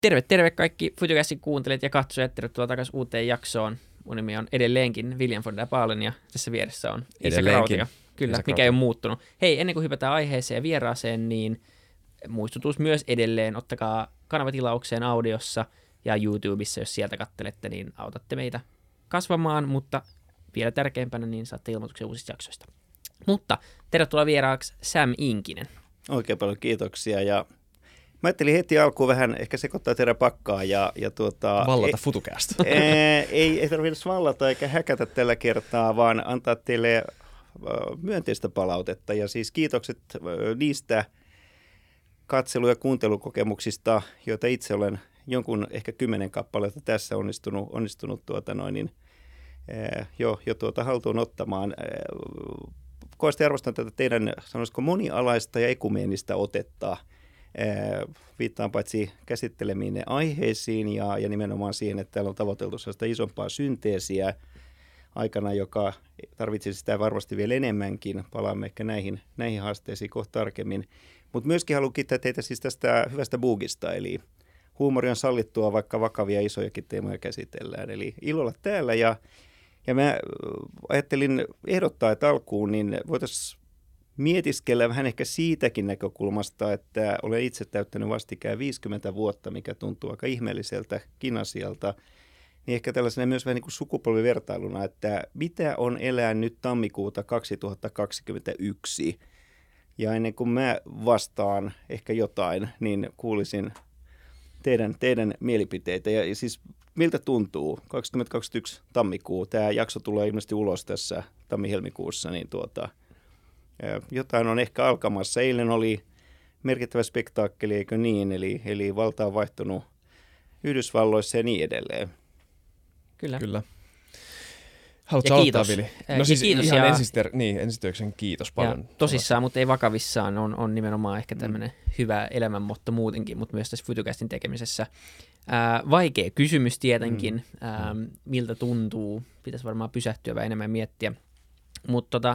Terve kaikki FutuCastin kuuntelijat ja katsojat. Tervetuloa takaisin uuteen jaksoon. Mun nimi on edelleenkin William von der Baalen ja tässä vieressä on Isa Krautio. Kyllä, mikä ei ole muuttunut. Hei, ennen kuin hypätään aiheeseen ja vieraaseen, niin muistutus myös edelleen. Ottakaa kanavatilaukseen audiossa ja YouTubessa, jos sieltä kattelette, niin autatte meitä kasvamaan, mutta vielä tärkeämpänä, niin saatte ilmoituksia uusista jaksoista. Mutta tervetuloa vieraaksi Sam Inkinen. Oikein paljon kiitoksia ja mä ajattelin heti alkuun vähän ehkä sekoittaa teidän pakkaa ja vallata FutuCast. Ei tarvitse vallata eikä häkätä tällä kertaa, vaan antaa teille myönteistä palautetta. Ja siis kiitokset niistä katselu- ja kuuntelukokemuksista, joita itse olen jonkun ehkä 10 kappaletta tässä onnistunut jo haltuun ottamaan. Kovasti arvostan tätä teidän, sanoisiko, monialaista ja ekumeenistä otetta. Viittaan paitsi käsittelemiin aiheisiin ja nimenomaan siihen, että täällä on tavoiteltu sellaista isompaa synteesiä aikana, joka tarvitsisi sitä varmasti vielä enemmänkin. Palaamme ehkä näihin haasteisiin kohta tarkemmin. Mutta myöskin haluan kiittää teitä siis tästä hyvästä buugista, eli huumori on sallittua, vaikka vakavia isojakin teemoja käsitellään. Eli ilolla täällä ja mä ajattelin ehdottaa, että alkuun niin voitaisiin mietiskellä vähän ehkä siitäkin näkökulmasta, että olen itse täyttänyt vastikään 50 vuotta, mikä tuntuu aika ihmeelliseltäkin asialta. Niin ehkä tällaisena myös vähän niin kuin sukupolvivertailuna, että mitä on elää nyt tammikuuta 2021. Ja ennen kuin mä vastaan ehkä jotain, niin kuulisin teidän mielipiteitä. Ja siis miltä tuntuu 2021 tammikuu? Tämä jakso tulee ilmeisesti ulos tässä tammi-helmikuussa, niin jotain on ehkä alkamassa. Eilen oli merkittävä spektaakkeli, eikö niin? Eli valta on vaihtunut Yhdysvalloissa ja niin edelleen. Kyllä. Haluatko aloittaa, Vili? No siis kiitos ihan ja ensistyöksen kiitos paljon. Tosissaan, mutta ei vakavissaan, on nimenomaan ehkä tämmöinen hyvä elämänmotto muutenkin, mutta myös tässä FutuCastin tekemisessä. Vaikea kysymys tietenkin, miltä tuntuu, pitäisi varmaan pysähtyä vähän enemmän miettiä, mutta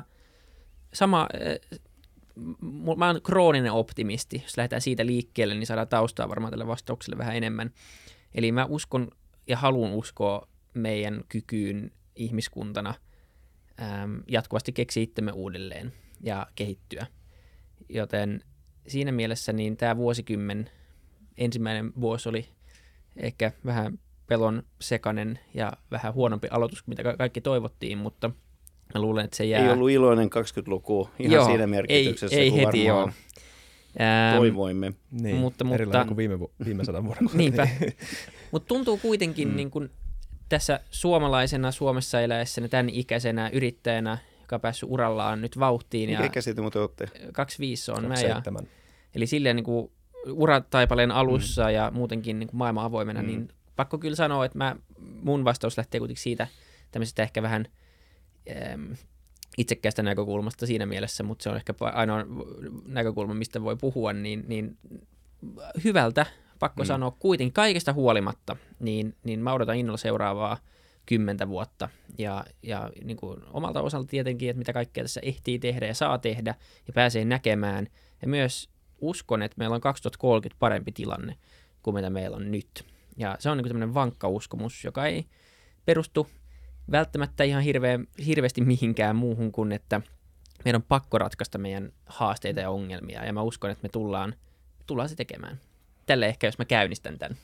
mä oon krooninen optimisti, jos lähdetään siitä liikkeelle, niin saadaan taustaa varmaan tälle vastaukselle vähän enemmän. Eli mä uskon ja haluan uskoa meidän kykyyn ihmiskuntana jatkuvasti keksiä itsemme uudelleen ja kehittyä. Joten siinä mielessä niin tämä vuosikymmen, ensimmäinen vuosi oli ehkä vähän pelon sekainen ja vähän huonompi aloitus kuin mitä kaikki toivottiin, mutta mä luulen, että se jää. Ei ollut iloinen 20-luku ihan siinä merkityksessä, ei kun heti varmaan toivoimme. Niin, mutta erilainen kuin viime 100 vuoden. Niinpä. Mutta tuntuu kuitenkin niin kuin tässä suomalaisena, Suomessa eläessäni, tämän ikäisenä yrittäjänä, joka on päässyt urallaan nyt vauhtiin. Mikä ikäisiä te muuten olette? 25 on 27. mä. Eli silleen niin kuin urataipaleen alussa ja muutenkin niin kuin maailman avoimena, niin pakko kyllä sanoa, että mun vastaus lähtee kuitenkin siitä tämmöisestä ehkä vähän itsekkäästä näkökulmasta siinä mielessä, mutta se on ehkä ainoa näkökulma, mistä voi puhua, niin hyvältä, pakko sanoa kuitenkin kaikesta huolimatta, niin mä odotan innolla seuraavaa 10 vuotta ja niin kuin omalta osalta tietenkin, että mitä kaikkea tässä ehtii tehdä ja saa tehdä ja pääsee näkemään ja myös uskon, että meillä on 2030 parempi tilanne kuin mitä meillä on nyt. Ja se on niin kuin tämmöinen vankka uskomus, joka ei perustu välttämättä ihan hirveästi mihinkään muuhun kuin, että meidän on pakko ratkaista meidän haasteita ja ongelmia. Ja mä uskon, että me tullaan se tekemään. Tälle ehkä, jos mä käynnistän tämän.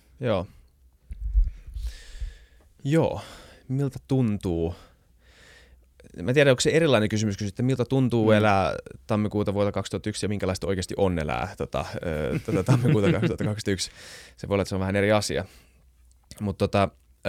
Joo. Miltä tuntuu? Mä en tiedä, onko se erilainen kysymys, että miltä tuntuu elää tammikuuta vuotta 2001 ja minkälaista oikeasti on elää tammikuuta 2021. Se voi olla, että se on vähän eri asia. Mutta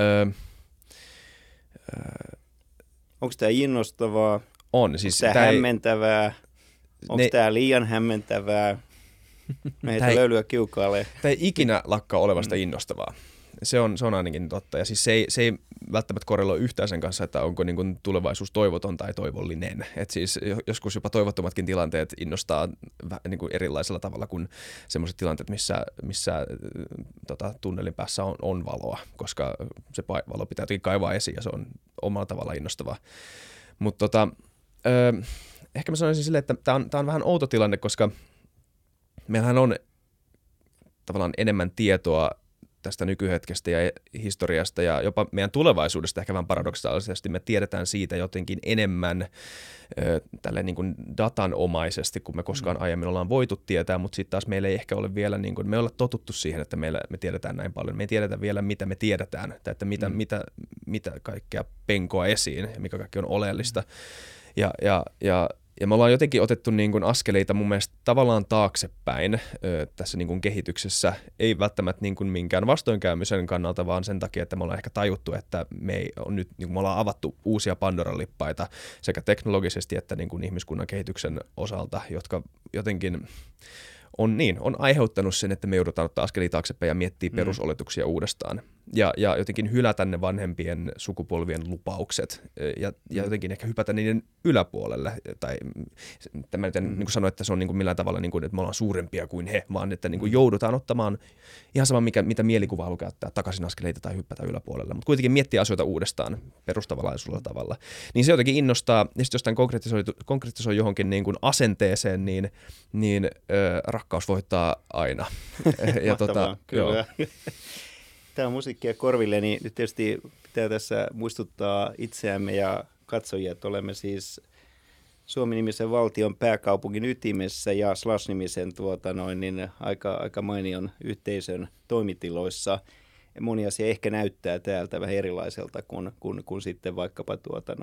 onko tämä innostavaa? On. Siis onko tämä hämmentävää? Onko tämä liian hämmentävää? Meitä löylyä kiukaalle. Tämä ei ikinä lakkaa olevasta innostavaa. Se on ainakin totta. Ja siis se ei välttämättä korreloi yhtään sen kanssa, että onko niin kuin tulevaisuus toivoton tai toivollinen. Et siis joskus jopa toivottomatkin tilanteet innostaa niin kuin erilaisella tavalla kuin sellaiset tilanteet, missä tunnelin päässä on valoa, koska se valo pitää jotenkin kaivaa esiin ja se on omalla tavalla innostavaa. Mutta ehkä mä sanoisin silleen, että tämä on vähän outo tilanne, koska meillähän on tavallaan enemmän tietoa tästä nykyhetkestä ja historiasta ja jopa meidän tulevaisuudesta ehkä vähän paradoksaalisesti. Me tiedetään siitä jotenkin enemmän tälleen niin kuin datanomaisesti, kun me koskaan aiemmin ollaan voitu tietää, mutta sitten taas meillä ei ehkä ole vielä, niin kuin, me ollaan totuttu siihen, että me tiedetään näin paljon. Me ei tiedetä vielä, mitä me tiedetään, tai että mitä kaikkea penkoa esiin ja mikä kaikki on oleellista. Ja me ollaan jotenkin otettu niin kuin askeleita mun mielestä tavallaan taaksepäin tässä niin kuin kehityksessä, ei välttämättä niin kuin minkään vastoinkäymisen kannalta, vaan sen takia, että me ollaan ehkä tajuttu, että me ollaan avattu uusia Pandoran lippaita sekä teknologisesti että niin kuin ihmiskunnan kehityksen osalta, jotka jotenkin on aiheuttanut sen, että me joudutaan ottaa askelia taaksepäin ja miettiä perusoletuksia uudestaan. Ja jotenkin hylätä ne vanhempien sukupolvien lupaukset ja jotenkin ehkä hypätä niiden yläpuolelle. Tai tämä nyt en niin kuin sano, että se on niin kuin millään tavalla, niin kuin, että me ollaan suurempia kuin he, vaan että niin kuin joudutaan ottamaan ihan sama, mitä mielikuva haluaa käyttää, takaisin askeleita tai hypätä yläpuolelle. Mutta kuitenkin miettiä asioita uudestaan perustavanlaisella tavalla. Niin se jotenkin innostaa, ja sitten jos tämän konkretisoi johonkin niin kuin asenteeseen, niin rakkaus voittaa aina. Mahtavaa, kyllä. Tämä on musiikkia korville, niin nyt tietysti pitää tässä muistuttaa itseämme ja katsojia, että olemme siis Suomi-nimisen valtion pääkaupungin ytimessä ja Slash-nimisen aika mainion yhteisön toimitiloissa. Moni asia ehkä näyttää täältä vähän erilaiselta kuin sitten vaikkapa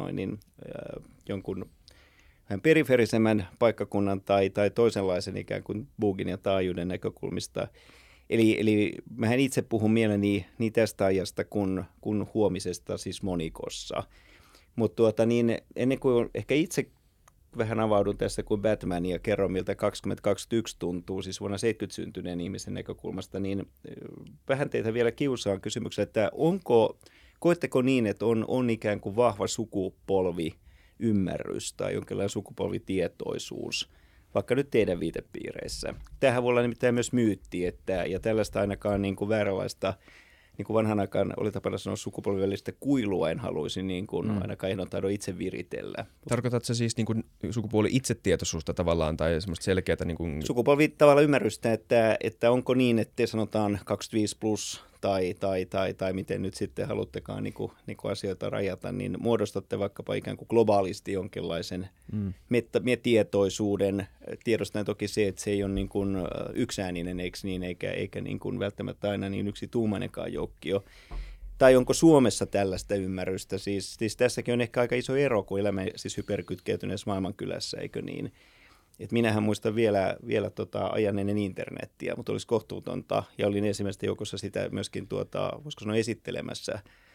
jonkun vähän periferisemmän paikkakunnan tai toisenlaisen ikään kuin buugin ja taajuuden näkökulmista. Eli mähän itse puhun mieleni niin tästä ajasta kuin huomisesta, siis monikossa. Mutta ennen kuin ehkä itse vähän avaudun tässä kuin Batman ja kerron, miltä 2021 tuntuu, siis vuonna 70 syntyneen ihmisen näkökulmasta, niin vähän teitä vielä kiusaan kysymyksellä, että koetteko niin, että on ikään kuin vahva sukupolviymmärrys tai jonkinlainen sukupolvitietoisuus, vaikka nyt teidän viitepiireissä. Tämähän voi olla nimittäin myös myytti, ja tällaista ainakaan niin kuin vääränlaista, niin kuin vanhan aikaan oli tapana sanoa sukupolvivälistä kuilua, en haluaisi niin kuin ainakaan en taida itse viritellä. Tarkoitatko se siis niin kuin sukupuoli itsetietoisuutta tavallaan tai semmoista selkeää? Niin kuin sukupuoli tavalla ymmärrystä, että onko niin, että te sanotaan 25 plus tai miten nyt sitten haluttekaan niin kuin asioita rajata, niin muodostatte vaikkapa ikään kuin globaalisti jonkinlaisen tietoisuuden. Tiedostaen toki se, että se ei ole niin kuin yksiääninen, eikö niin, eikä niin kuin välttämättä aina niin yksituumainenkaan joukkio. Tai onko Suomessa tällaista ymmärrystä? Siis tässäkin on ehkä aika iso ero, kun elämme siis hyperkytkeytyneessä maailmankylässä, eikö niin? Et minähän muistan vielä ajan ennen internettiä, mutta olisi kohtuutonta, ja olin ensimmäistä joukossa sitä myöskin, voisiko sanoa, esittelemässä.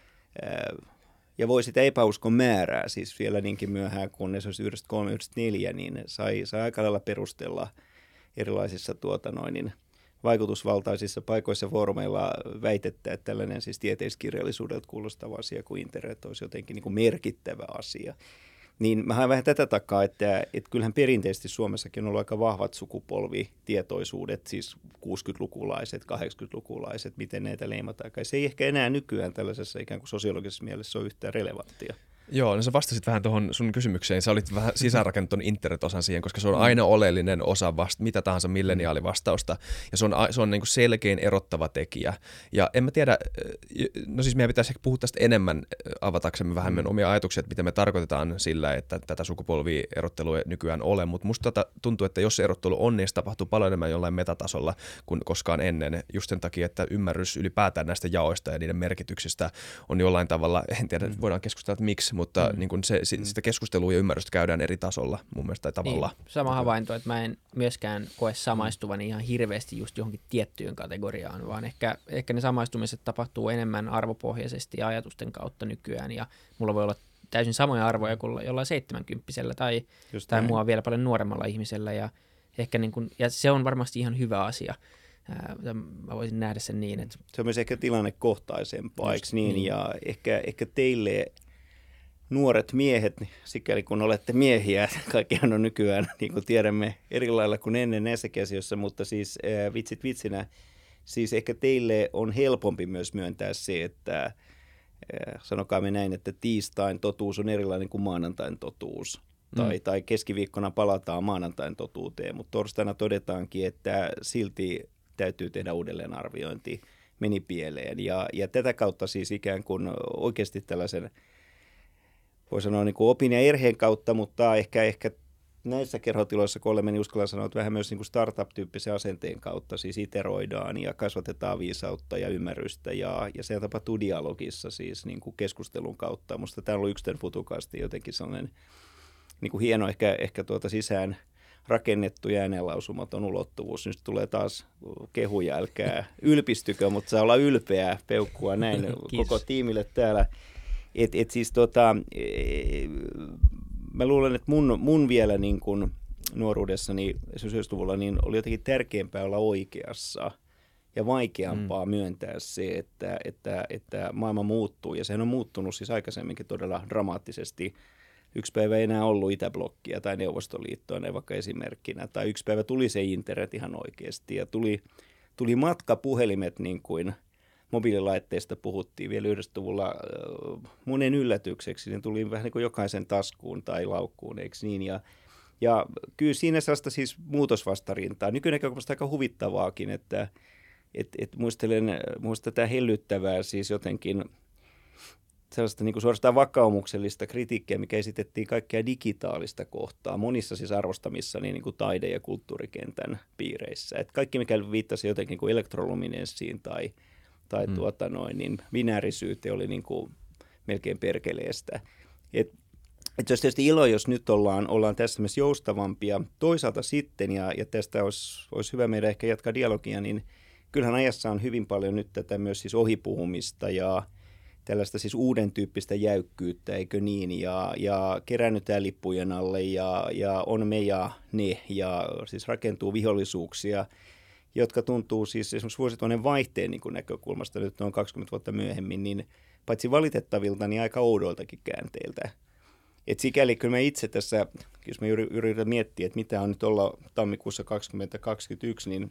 Ja voi sitä epäuskon määrää, siis vielä niinkin myöhään, kun se olisi 93-94, niin sai aika lailla perustella erilaisissa vaikutusvaltaisissa paikoissa foorumeilla väitettä, että tällainen siis tieteiskirjallisuudelta kuulostava asia kuin internet olisi jotenkin niin kuin merkittävä asia. Niin mä haen vähän tätä takaa, että kyllähän perinteisesti Suomessakin on ollut aika vahvat sukupolvitietoisuudet, siis 60-lukulaiset, 80-lukulaiset, miten näitä leimataan. Se ei ehkä enää nykyään tällaisessa ikään kuin sosiologisessa mielessä ole yhtään relevanttia. Joo, no sä vastasit vähän tuohon sun kysymykseen. Sä olit vähän sisäänrakennut ton internet-osan siihen, koska se on aina oleellinen osa mitä tahansa milleniaalivastausta. Ja se on niin kuin selkein erottava tekijä. Ja en mä tiedä, no siis meidän pitäisi ehkä puhua tästä enemmän avataksemme vähän meidän omia ajatuksia, että mitä me tarkoitetaan sillä, että tätä sukupolvierottelua nykyään ole. Mutta musta tuntuu, että jos se erottelu on, niin se tapahtuu paljon enemmän jollain metatasolla kuin koskaan ennen. Just sen takia, että ymmärrys ylipäätään näistä jaoista ja niiden merkityksistä on jollain tavalla, en tiedä, voidaan keskustella, että miksi, mutta niin kun sitä keskustelua ja ymmärrystä käydään eri tasolla mun mielestä tai tavalla. Niin, sama havainto, että mä en myöskään koe samaistuvani ihan hirveästi just johonkin tiettyyn kategoriaan, vaan ehkä ne samaistumiset tapahtuu enemmän arvopohjaisesti ja ajatusten kautta nykyään, ja mulla voi olla täysin samoja arvoja kuin jollain 70-kymppisellä tai mua vielä paljon nuoremmalla ihmisellä, ja ehkä niin kun, ja se on varmasti ihan hyvä asia. Mä voisin nähdä sen niin, että se on myös ehkä tilannekohtaisempaa, eikö niin? Ja ehkä teille nuoret miehet, sikäli kun olette miehiä, kaikkihan on nykyään, niin kuin tiedämme, eri lailla kuin ennen näissäkin asioissa, mutta siis vitsit vitsinä, siis ehkä teille on helpompi myös myöntää se, että sanokaamme näin, että tiistain totuus on erilainen kuin maanantain totuus. Tai keskiviikkona palataan maanantain totuuteen, mutta torstaina todetaankin, että silti täytyy tehdä uudelleenarviointi meni pieleen. Ja tätä kautta siis ikään kuin oikeasti tällaisen, voi sanoa niin kuin opin ja erheen kautta, mutta ehkä näissä kerhotiloissa, kun olemme, niin uskallan sanoa, että vähän myös niin kuin startup-tyyppisen asenteen kautta siis iteroidaan ja kasvatetaan viisautta ja ymmärrystä ja se tapahtuu dialogissa siis niin kuin keskustelun kautta. Minusta tämä on ollut yksi Futucastin jotenkin sellainen niin kuin hieno ehkä sisään rakennettu ja äänenlausumaton ulottuvuus. Nyt tulee taas kehuja, älkää ylpistykö, mutta saa olla ylpeää peukkua näin koko tiimille täällä. Siis mä luulen, että mun vielä niin kuin nuoruudessani, 90-luvulla, niin oli jotenkin tärkeämpää olla oikeassa ja vaikeampaa myöntää se, että maailma muuttuu. Ja sehän on muuttunut siis aikaisemminkin todella dramaattisesti. Yksi päivä ei enää ollut Itäblokkia tai Neuvostoliittoa, ne vaikka esimerkkinä. Tai yksi päivä tuli se internet ihan oikeasti ja tuli matkapuhelimet niin kuin mobiililaitteista puhuttiin vielä 90-luvulla monen yllätykseksi, niin tuli vähän niin kuin jokaisen taskuun tai laukkuun, eikö niin? Ja kyllä siinä sellaista siis muutosvastarintaa. Nykyinen näkökulmasta aika huvittavaakin, että muistelen tätä hellyttävää siis jotenkin sellaista niin kuin suorastaan vakaumuksellista kritiikkiä, mikä esitettiin kaikkea digitaalista kohtaa, monissa siis arvostamissani niin kuin taide- ja kulttuurikentän piireissä. Et kaikki, mikä viittasi jotenkin niin kuin elektroluminenssiin tai niin binäärisyyteen oli niin kuin melkein perkeleestä. Et se olisi tietysti ilo, jos nyt ollaan tässä mielessä joustavampia. Toisaalta sitten, ja tästä olisi hyvä meidän ehkä jatkaa dialogia, niin kyllähän ajassa on hyvin paljon nyt tätä myös siis ohipuhumista ja tällaista siis uuden tyyppistä jäykkyyttä, eikö niin, ja keräännytään lippujen alle, ja on me ja ne, ja siis rakentuu vihollisuuksia, jotka tuntuu siis esimerkiksi vuosituhannen vaihteen niin kuin näkökulmasta, nyt on 20 vuotta myöhemmin, niin paitsi valitettavilta, niin aika oudoiltakin käänteiltä. Et sikäli kyllä mä itse tässä, jos mä yritän miettiä, että mitä on nyt olla tammikuussa 2021, niin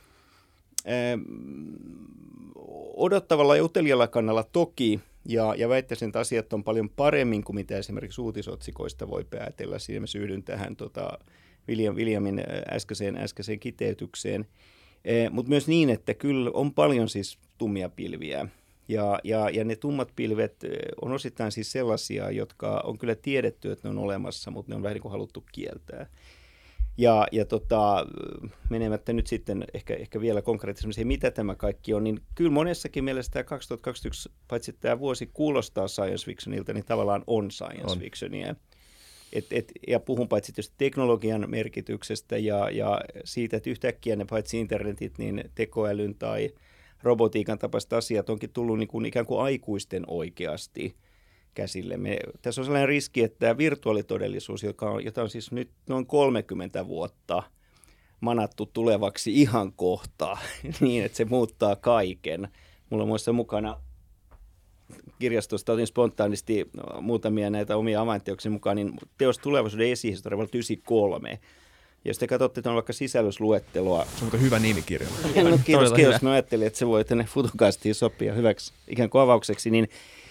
odottavalla ja utelialla kannalla toki, ja väittäisin, että asiat on paljon paremmin kuin mitä esimerkiksi uutisotsikoista voi päätellä. Siinä mä syydyn tähän Williamin äskeiseen kiteytykseen. Mutta myös niin, että kyllä on paljon siis tummia pilviä. Ja ne tummat pilvet on osittain siis sellaisia, jotka on kyllä tiedetty, että ne on olemassa, mutta ne on vähän niin kuin haluttu kieltää. Ja menemättä nyt sitten ehkä vielä konkreettisemmin siihen, mitä tämä kaikki on, niin kyllä monessakin mielessä tämä 2021, paitsi että tämä vuosi kuulostaa science fictionilta, niin tavallaan on science fictionia. Ja puhun paitsi tietysti teknologian merkityksestä ja siitä, että yhtäkkiä ne paitsi internetit, niin tekoälyn tai robotiikan tapaiset asiat onkin tullut niin kuin ikään kuin aikuisten oikeasti käsille. Tässä on sellainen riski, että virtuaalitodellisuus, jota on siis nyt noin 30 vuotta manattu tulevaksi ihan kohta, niin että se muuttaa kaiken. Mulla on muassa mukana kirjastosta, otin spontaanisti muutamia näitä omia avainteoksia mukaan, niin teos Tulevaisuuden esihistoria vuonna 1993. Jos te katsotte tuon vaikka sisällysluetteloa. Se on muuten hyvä nimikirja. No, kiitos. Mä ajattelin, että se voi tänne Futucastiin sopia hyväksi ikään kuin avaukseksi. Niin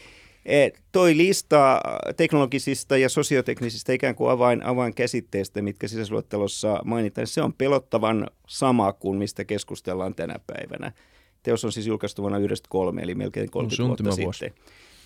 toi lista teknologisista ja sosioteknisistä ikään kuin avainkäsitteistä, mitkä sisällysluettelossa mainitaan, se on pelottavan sama kuin mistä keskustellaan tänä päivänä. Teos on siis julkaistu vuonna 1993, eli melkein 30 vuotta sitten.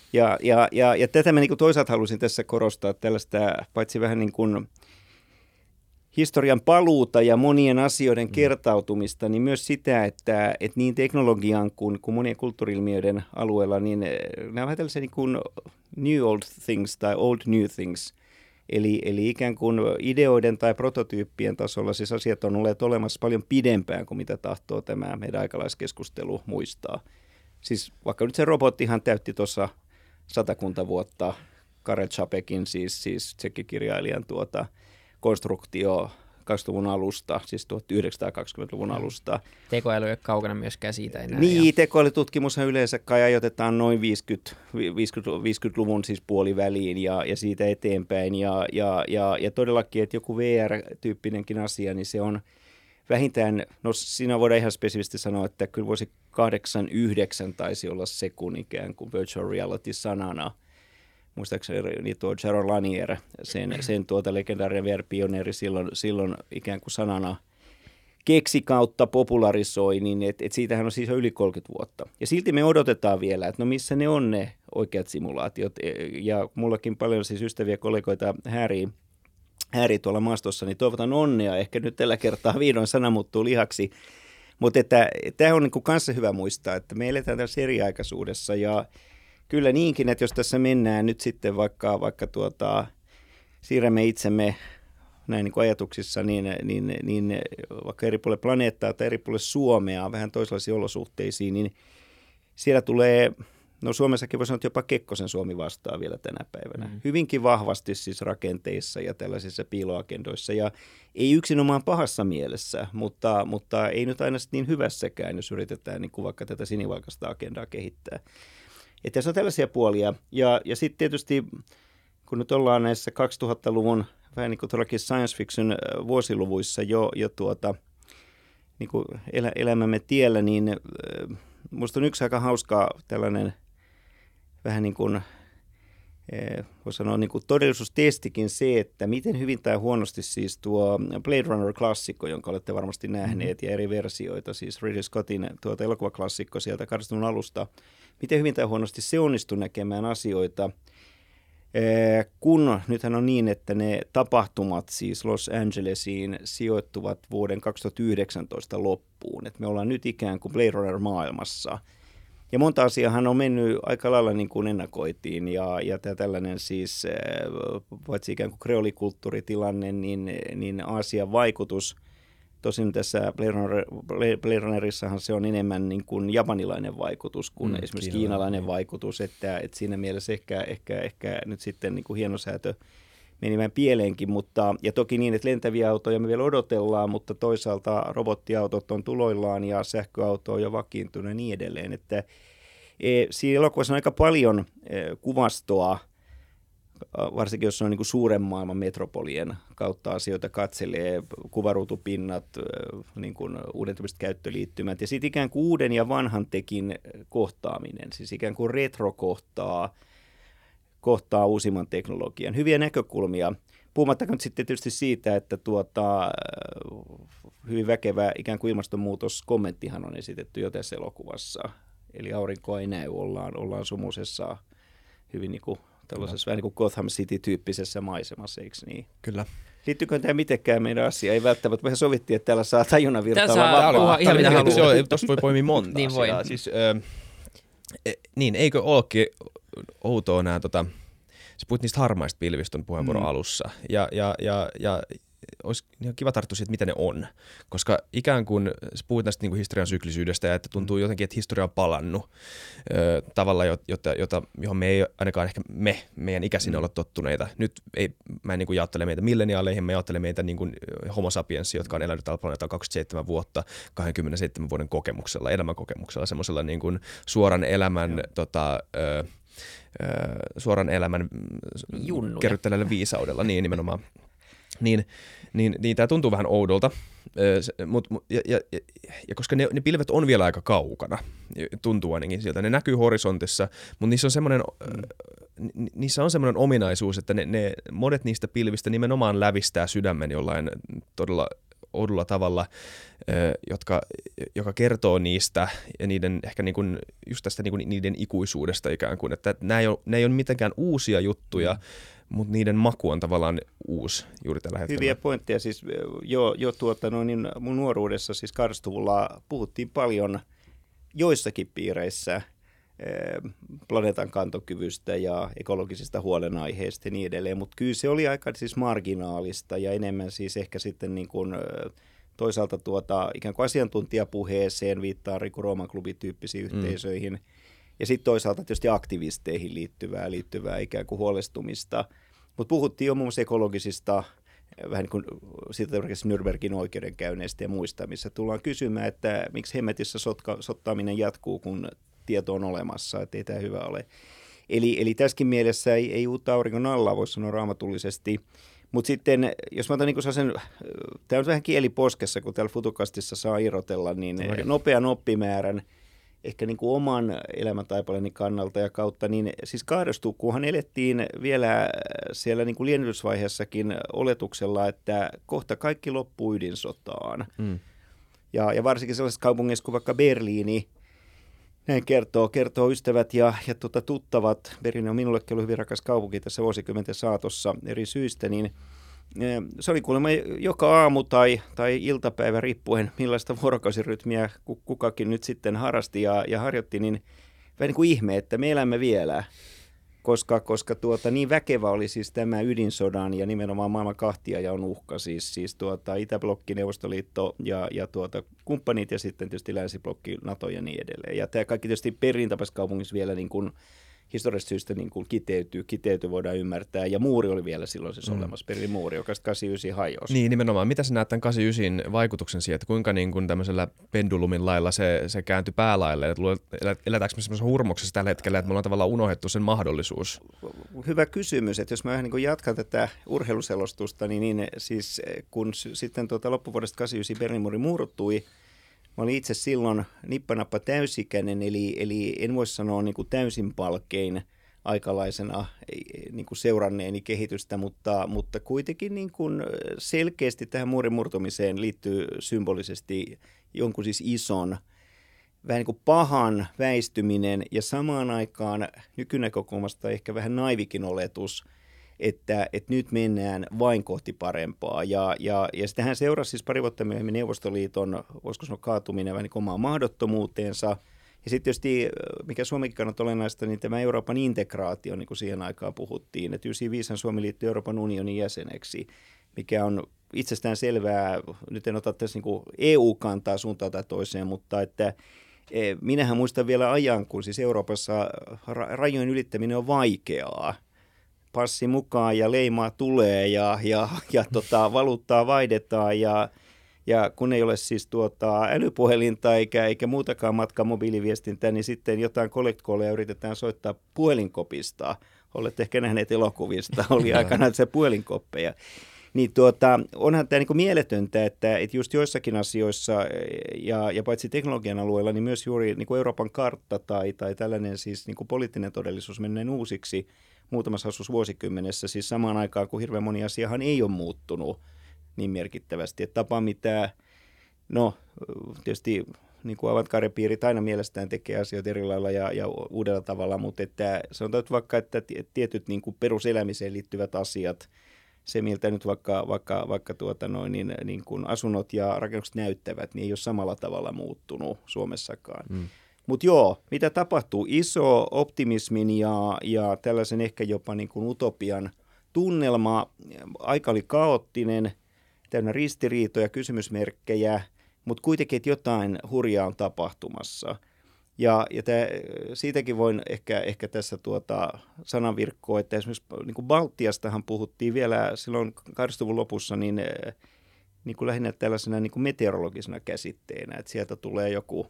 Ja tätä mä niin kuin toisaalta halusin tässä korostaa tällaista, paitsi vähän niin kuin historian paluuta ja monien asioiden kertautumista, niin myös sitä, että niin teknologian kuin monien kulttuuri-ilmiöiden alueella, niin nämä on vähän tällaisia niin kuin new old things tai old new things. Eli ikään kuin ideoiden tai prototyyppien tasolla siis asiat on olleet olemassa paljon pidempään kuin mitä tahtoo tämä meidän aikalaiskeskustelu muistaa. Siis vaikka nyt se robottihan täytti tuossa 100 vuotta Karel Čapekin, siis tsekkikirjailijan konstruktio 20-luvun alusta, siis 1920-luvun alusta. Tekoäly ei ole kaukana myöskään siitä enää. Niin, tekoälytutkimushan yleensä kai ajoitetaan noin 50-luvun siis puoliväliin ja siitä eteenpäin. Ja todellakin, että joku VR-tyyppinenkin asia, niin se on vähintään, no siinä voidaan ihan spesifisti sanoa, että kyllä vuosi 89 taisi olla se, kun ikään kuin virtual reality-sanana. Muistaakseni niin tuo Jaron Lanier, sen legendaarinen VR-pioneeri silloin ikään kuin sanana keksi kautta popularisoi, niin että siitähän on siis jo yli 30 vuotta. Ja silti me odotetaan vielä, että no missä ne on ne oikeat simulaatiot. Ja mullakin paljon siis ystäviä kollegoita häärii tuolla maastossa, niin toivotan onnea. Ehkä nyt tällä kertaa vihdoin sana muuttuu lihaksi. Mutta tämä on niinku kanssa hyvä muistaa, että me eletään tässä eriaikaisuudessa ja kyllä niinkin, että jos tässä mennään nyt sitten vaikka siirrämme itsemme näin niin kuin ajatuksissa, niin vaikka eri puolille planeettaa tai eri puolille Suomea vähän toisenlaisiin olosuhteisiin, niin siellä tulee, no Suomessakin voisi sanoa, että jopa Kekkosen Suomi vastaa vielä tänä päivänä. Hyvinkin vahvasti siis rakenteissa ja tällaisissa piiloagendoissa ja ei yksinomaan pahassa mielessä, mutta ei nyt aina niin hyvässäkään, jos yritetään niin kuin vaikka tätä sinivalkoista agendaa kehittää. Että tässä on tällaisia puolia ja sitten tietysti kun nyt ollaan näissä 2000-luvun vähän niin kuin todellakin science fiction vuosiluvuissa jo niin kuin elämämme tiellä, niin musta on yksi aika hauska tällainen vähän niin kuin, voi sanoa niin kuin todellisuustestikin se, että miten hyvin tai huonosti siis tuo Blade Runner-klassikko, jonka olette varmasti nähneet, ja eri versioita, siis Ridley Scottin elokuvaklassikko sieltä 80-luvun alusta, miten hyvin tai huonosti se onnistui näkemään asioita, kun nythän on niin, että ne tapahtumat siis Los Angelesiin sijoittuvat vuoden 2019 loppuun. Et me ollaan nyt ikään kuin Blade Runner-maailmassa. Ja monta asiaahan on mennyt aika lailla niin kuin ennakoitiin. Ja tällainen siis, paitsi ikään kuin kreolikulttuuritilanne, niin Aasian vaikutus. Tosin tässä Blade Runnerissahan se on enemmän niin kuin japanilainen vaikutus kuin esimerkiksi kiinalainen vaikutus, että siinä mielessä ehkä nyt sitten niin kuin hienosäätö meni vähän pieleenkin, ja toki niin, että lentäviä autoja me vielä odotellaan, mutta toisaalta robottiautot on tuloillaan ja sähköauto on jo vakiintunut ja niin edelleen, että siinä elokuvassa on aika paljon kuvastoa, varsinkin jos on niin kuin suuren maailman metropolien kautta asioita katselee, kuvaruutupinnat, niin kuin uudentyyppiset käyttöliittymät ja sitten ikään kuin uuden ja vanhan tekin kohtaaminen, siis ikään kuin retro kohtaa uusimman teknologian. Hyviä näkökulmia. Puhumattakaan nyt sitten tietysti siitä, että hyvin väkevä ikään kuin ilmastonmuutoskommenttihan on esitetty jo tässä elokuvassa. Eli aurinkoa ei näy, ollaan sumuisessa hyvin niin kuin tällaisessa vähän niin kuin Gotham City-tyyppisessä maisemassa, eikö niin? Kyllä. Liittyykö tämä mitenkään meidän asiaan? Ei välttämättä. Mehän sovittiin, että täällä saa tajunnan virtailla. Täällä saa puhua ihan mitä haluaa. Tuosta voi poimia monta niin asiaa. Siis, niin, eikö olekin outoa nämä, sä puhuit niistä harmaista pilvistä puheenvuoron alussa, ja olisi ihan kiva tarttua siitä, mitä ne on, koska ikään kuin sä puhuit näistä niin kuin historian syklisyydestä ja että tuntuu jotenkin, että historia on palannut tavalla, johon me ei ainakaan ehkä meidän ikäisinä olla tottuneita. Nyt mä en niin kuin jaottele meitä milleniaaleihin, mä jaottelen meitä niin kuin homo sapiens, jotka on elänyt tällä planeetalla 27 vuotta 27 vuoden kokemuksella, elämänkokemuksella, semmoisella niin kuin suoran elämän kerryttelevällä viisaudella, niin nimenomaan. Niin tämä tuntuu vähän oudolta, ja koska ne pilvet on vielä aika kaukana, tuntuu ainakin siltä. Ne näkyy horisontissa, mutta niissä on semmoinen ominaisuus, että ne monet niistä pilvistä nimenomaan lävistää sydämen jollain todella oudolla tavalla, joka kertoo niistä ja niiden ehkä niin kuin, just tästä niin kuin niiden ikuisuudesta ikään kuin, että nämä ei ole mitenkään uusia juttuja, mutta niiden maku on tavallaan uusi juuri tällä hetkellä. Hyviä pointteja. Siis jo niin mun nuoruudessa, siis 80-luvulla puhuttiin paljon joissakin piireissä planeetan kantokyvystä ja ekologisista huolenaiheista ja niin edelleen, mutta kyllä se oli aika siis marginaalista ja enemmän siis ehkä sitten niin kuin toisaalta ikään kuin asiantuntijapuheeseen viittaa Riku Rooman klubityyppisiin yhteisöihin ja sitten toisaalta tietysti aktivisteihin liittyvää ikään kuin huolestumista, mutta puhuttiin jo muun muassa ekologisista vähän niin kuin siitä Nürnbergin oikeudenkäynneistä ja muista, missä tullaan kysymään, että miksi hemmetissä sottaaminen jatkuu, kun tieto on olemassa, että ei tämä hyvä ole. Eli tässäkin mielessä ei uutta auringon alla, voisi sanoa raamatullisesti. Mutta sitten, jos mä otan niin sellaisen, tämä on vähän kieliposkessa, kun täällä Futukastissa saa irrotella, niin nopean oppimäärän, ehkä niin kuin oman elämäntaipaleeni kannalta ja kautta, niin siis Kahdestukkuuhan elettiin vielä siellä niin kuin liennytysvaiheessakin oletuksella, että kohta kaikki loppuu ydinsotaan. Ja varsinkin sellaisessa kaupungissa kuin vaikka Berliini, näin kertoo ystävät ja tuttavat. Berliini on minullekin ollut hyvin rakas kaupunki tässä vuosikymmenten saatossa eri syistä, niin se oli kuulemma joka aamu tai iltapäivä riippuen millaista vuorokausirytmiä kukakin nyt sitten harrasti ja harjoitti, niin vähän niin kuin ihme, että me elämme vielä. Koska niin väkevä oli siis tämä ydinsodan ja nimenomaan maailman kahtiajaon uhka, siis Itäblokki, Neuvostoliitto ja kumppanit ja sitten tietysti länsiblokki, NATO ja niin edelleen. Ja tämä kaikki tietysti Berliinin tapaisessa kaupungissa vielä niin kuin historiallisesta syystä niin kuin kiteytyy voidaan ymmärtää. Ja muuri oli vielä silloin siis olemassa, Berliinin muuri, joka 89 hajosi. Niin, nimenomaan. Mitä sä näet tämän 89 vaikutuksen siihen, että kuinka niin kuin tämmöisellä pendulumin lailla se kääntyi päälaille? Eletäänkö me semmoisessa hurmoksessa tällä hetkellä, että me ollaan tavallaan unohdettu sen mahdollisuus? Hyvä kysymys, että jos mä vähän niin kuin jatkan tätä urheiluselostusta, niin siis kun sitten loppuvuodesta 89 Berliinin muuri murtui, mä olin itse silloin nippanappa täysikäinen, eli en voi sanoa niin kuin täysin palkein aikalaisena niin kuin seuranneeni kehitystä, mutta kuitenkin niin kuin selkeästi tähän muurin murtumiseen liittyy symbolisesti jonkun siis ison, vähän niin kuin pahan väistyminen ja samaan aikaan nykynäkökulmasta ehkä vähän naivikin oletus, että nyt mennään vain kohti parempaa. Ja sitähän seurasi siis pari vuotta myöhemmin Neuvostoliiton, voisiko sanoa, kaatuminen vähän niin omaan mahdottomuuteensa. Ja sitten tietysti, mikä Suomenkin kannalta olennaista, niin tämä Euroopan integraatio, niin kuin siihen aikaan puhuttiin. Että 1995 Suomi liittyi Euroopan unionin jäseneksi, mikä on itsestään selvää. Nyt en ota tässä niin kuin EU-kantaa suuntaan tai toiseen, mutta että minähän muistan vielä ajan, kun siis Euroopassa rajojen ylittäminen on vaikeaa. Passi mukaan ja leimaa tulee ja valuuttaa vaihdetaan ja kun ei ole siis älypuhelinta eikä muutakaan matkamobiiliviestintää, niin sitten jotain collect-callia yritetään soittaa puhelinkopista. Olette ehkä nähneet elokuvista, oli aikanaan se puhelinkoppeja. Niin onhan tämä niinku mieletöntä, että just joissakin asioissa ja paitsi teknologian alueella, niin myös juuri niinku Euroopan kartta tai tällainen siis niinku poliittinen todellisuus mennään uusiksi muutamassa vuosikymmenessä, siis samaan aikaan, kun hirveän moni asiahan ei ole muuttunut niin merkittävästi. Että tapa, mitä, tietysti niin kuin avantgarde-piirit aina mielestään tekee asioita eri lailla ja uudella tavalla, mutta että sanotaan vaikka, että tietyt niin kuin peruselämiseen liittyvät asiat, se miltä nyt vaikka niin kuin asunnot ja rakennukset näyttävät, niin ei ole samalla tavalla muuttunut Suomessakaan. Mutta joo, mitä tapahtuu? Iso optimismin ja tällaisen ehkä jopa niin kuin utopian tunnelma. Aika oli kaoottinen, täynnä ristiriitoja, kysymysmerkkejä, mutta kuitenkin, että jotain hurjaa on tapahtumassa. Ja siitäkin voin ehkä tässä sananvirkkoa, että esimerkiksi niin kuin Baltiastahan puhuttiin vielä silloin 80-luvun lopussa, niin kuin lähinnä tällaisena niin kuin meteorologisena käsitteenä, että sieltä tulee joku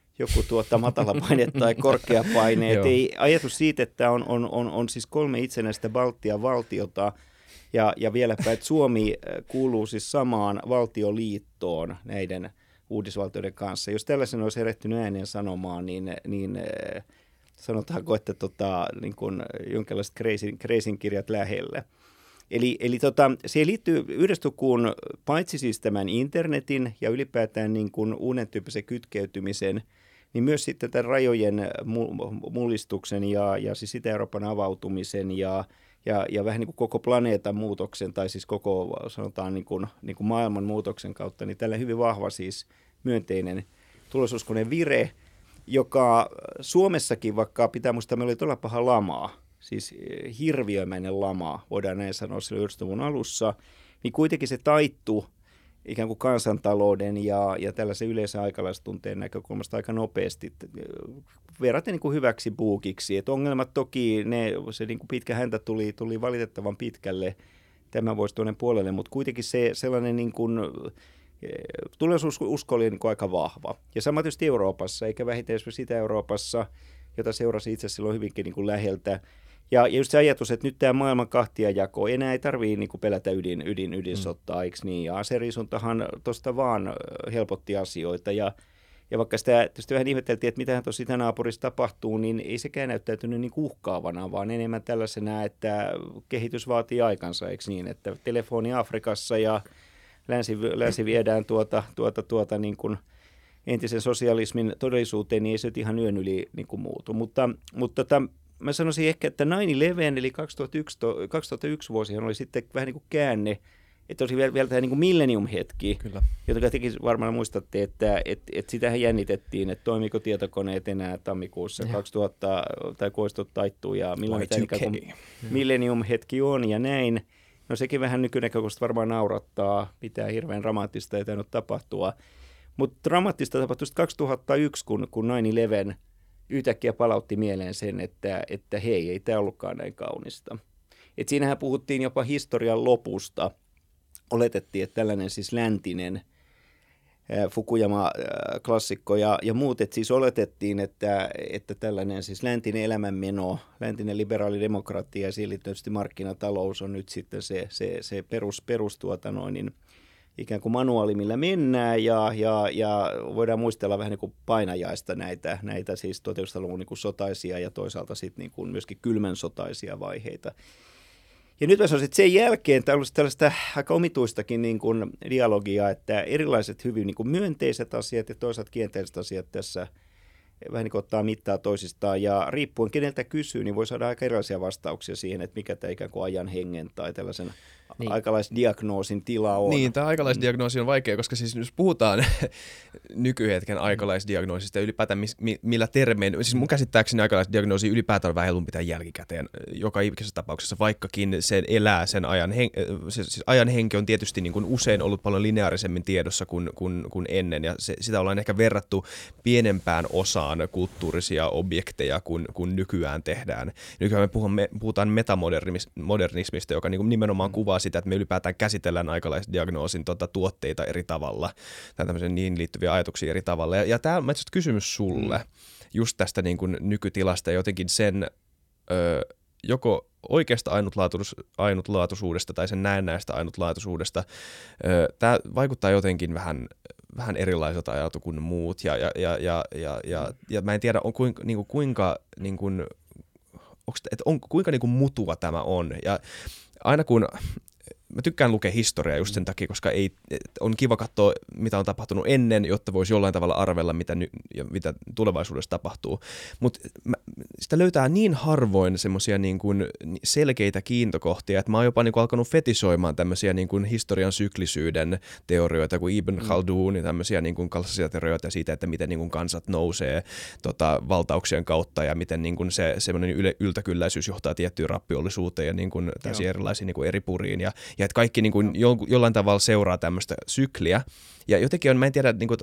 matala paine tai korkea paine. Ei ajatus siitä, että on siis 3 itsenäistä Baltian valtiota ja vieläpä, että Suomi kuuluu siis samaan valtioliittoon näiden uudisvaltioiden kanssa. Jos tällaisen olisi erehtynyt ääneen sanomaan, niin sanotaanko, että niin kuin jonkinlaiset kreisin kirjat lähellä. Eli siihen liittyy yhdessä kun paitsi siis tämän internetin ja ylipäätään niin kuin uuden tyyppisen kytkeytymisen, niin myös sitten tämän rajojen mullistuksen ja siis Itä-Euroopan avautumisen ja vähän niin kuin koko planeetan muutoksen tai siis koko sanotaan niin kuin maailman muutoksen kautta, niin tällä hyvin vahva siis myönteinen tulevaisuuskoinen vire, joka Suomessakin, vaikka pitää muistaa, meillä oli todella paha lama, siis hirviömäinen lama, voidaan näin sanoa silloin 90-luvun alussa, niin kuitenkin se taittui ikään kuin kansantalouden ja tällaisen yleisen aikalaistunteen näkökulmasta aika nopeasti verraten niin kuin hyväksi buukiksi. Et ongelmat toki, se niin kuin pitkä häntä tuli valitettavan pitkälle tämän vuosituhannen puolelle, mutta kuitenkin se sellainen niin kuin tulevaisuususko oli niin kuin aika vahva. Ja sama tietysti Euroopassa, eikä vähiten esimerkiksi Itä-Euroopassa, jota seurasi itse silloin hyvinkin niin kuin läheltä. Ja just se ajatus, että nyt tämä maailman kahtiajako, enää ei tarvitse niin kuin pelätä ydinsotaa, eikö niin? Ja aseriisuntahan tuosta vaan helpotti asioita. Ja vaikka sitä tietysti vähän ihmeteltiin, että mitähän tuossa itänaapurissa tapahtuu, niin ei sekään näyttäytynyt niin uhkaavana, vaan enemmän tällaisena, että kehitys vaatii aikansa, eikö niin? Että telefoni Afrikassa ja länsi viedään niin kuin entisen sosialismin todellisuuteen, niin ei se nyt ihan yön yli niin kuin muutu. Mutta mä sanoisin ehkä, että 9/11, eli 2001 vuosihan oli sitten vähän niin kuin käänne, että olisi vielä tämä niin kuin millennium-hetki, jota tekin varmaan muistatte, että sitähän jännitettiin, että toimiko tietokoneet enää tammikuussa 2000, tai koistot taittuu, ja milloin tämä niin millennium-hetki on, ja näin. No sekin vähän nykynäkökulmasta varmaan naurattaa, mitään hirveän dramaattista ei tainnut tapahtua. Mutta dramaattista tapahtui 2001, kun 9/11 yhtäkkiä palautti mieleen sen, että hei, ei tämä ollutkaan näin kaunista. Et siinähän puhuttiin jopa historian lopusta. Oletettiin, että tällainen siis läntinen Fukuyama-klassikko ja muut, että siis oletettiin, että tällainen siis läntinen elämänmeno, läntinen liberaali demokratia ja siihen tietysti markkinatalous on nyt sitten se niin ikään kuin manuaali, millä mennään ja voidaan muistella vähän niin kuin painajaista näitä siis 1900-luvun niin kuin sotaisia ja toisaalta sitten niin kuin myöskin kylmän sotaisia vaiheita. Ja nyt mä sanoisin, että sen jälkeen tämä on ollut tällaista aika omituistakin niin kuin dialogia, että erilaiset hyvin niin kuin myönteiset asiat ja toisaalta kielteiset asiat tässä vähän niin kuin ottaa mittaa toisistaan. Ja riippuen keneltä kysyy, niin voi saada aika erilaisia vastauksia siihen, että mikä tämä ikään kuin ajan hengen tai tällaisen aikalaisdiagnoosin tila on. Niin, tämä aikalaisdiagnoosi on vaikea, koska siis jos puhutaan nykyhetken aikalaisdiagnoosista ja ylipäätään millä termein, siis mun käsittääkseni aikalaisdiagnoosi ylipäätään vähän helpompi pitää jälkikäteen joka ikisessä tapauksessa, vaikkakin se elää sen ajan, siis ajan henki on tietysti niin kuin usein ollut paljon lineaarisemmin tiedossa kuin ennen, ja sitä ollaan ehkä verrattu pienempään osaan kulttuurisia objekteja kuin nykyään tehdään. Nykyään me puhutaan metamodernismista, joka niin nimenomaan kuvaa sitä, että me ylipäätään käsitellään aikalaisdiagnoosin tuotteita eri tavalla, tai tämmöisen niihin liittyviä ajatuksia eri tavalla. Ja tämä on kysymys sulle just tästä niin kuin nykytilasta ja jotenkin sen joko oikeasta ainutlaatuisuudesta tai sen näennäistä ainutlaatuisuudesta. Tämä vaikuttaa jotenkin vähän erilaiselta ajatu kuin muut, ja mä en tiedä, kuinka mutuva tämä on. Ja aina kun mä tykkään lukea historiaa just sen takia, koska on kiva katsoa, mitä on tapahtunut ennen, jotta voisi jollain tavalla arvella, mitä tulevaisuudessa tapahtuu. Mutta sitä löytää niin harvoin semmoisia niin kuin selkeitä kiintokohtia, että mä oon jopa niin kuin alkanut fetisoimaan tämmöisiä niin kuin historian syklisyyden teorioita, kuin Ibn Khaldun ja tämmöisiä niin kuin klassisia teorioita siitä, että miten niin kuin kansat nousee valtauksien kautta ja miten niin kuin se semmoinen yltäkylläisyys johtaa tiettyyn rappiollisuuteen ja niin kuin täysin erilaisiin niin kuin eri puriin ja että kaikki niin kuin jollain tavalla seuraa tämmöistä sykliä. Ja jotenkin mä en tiedä, niin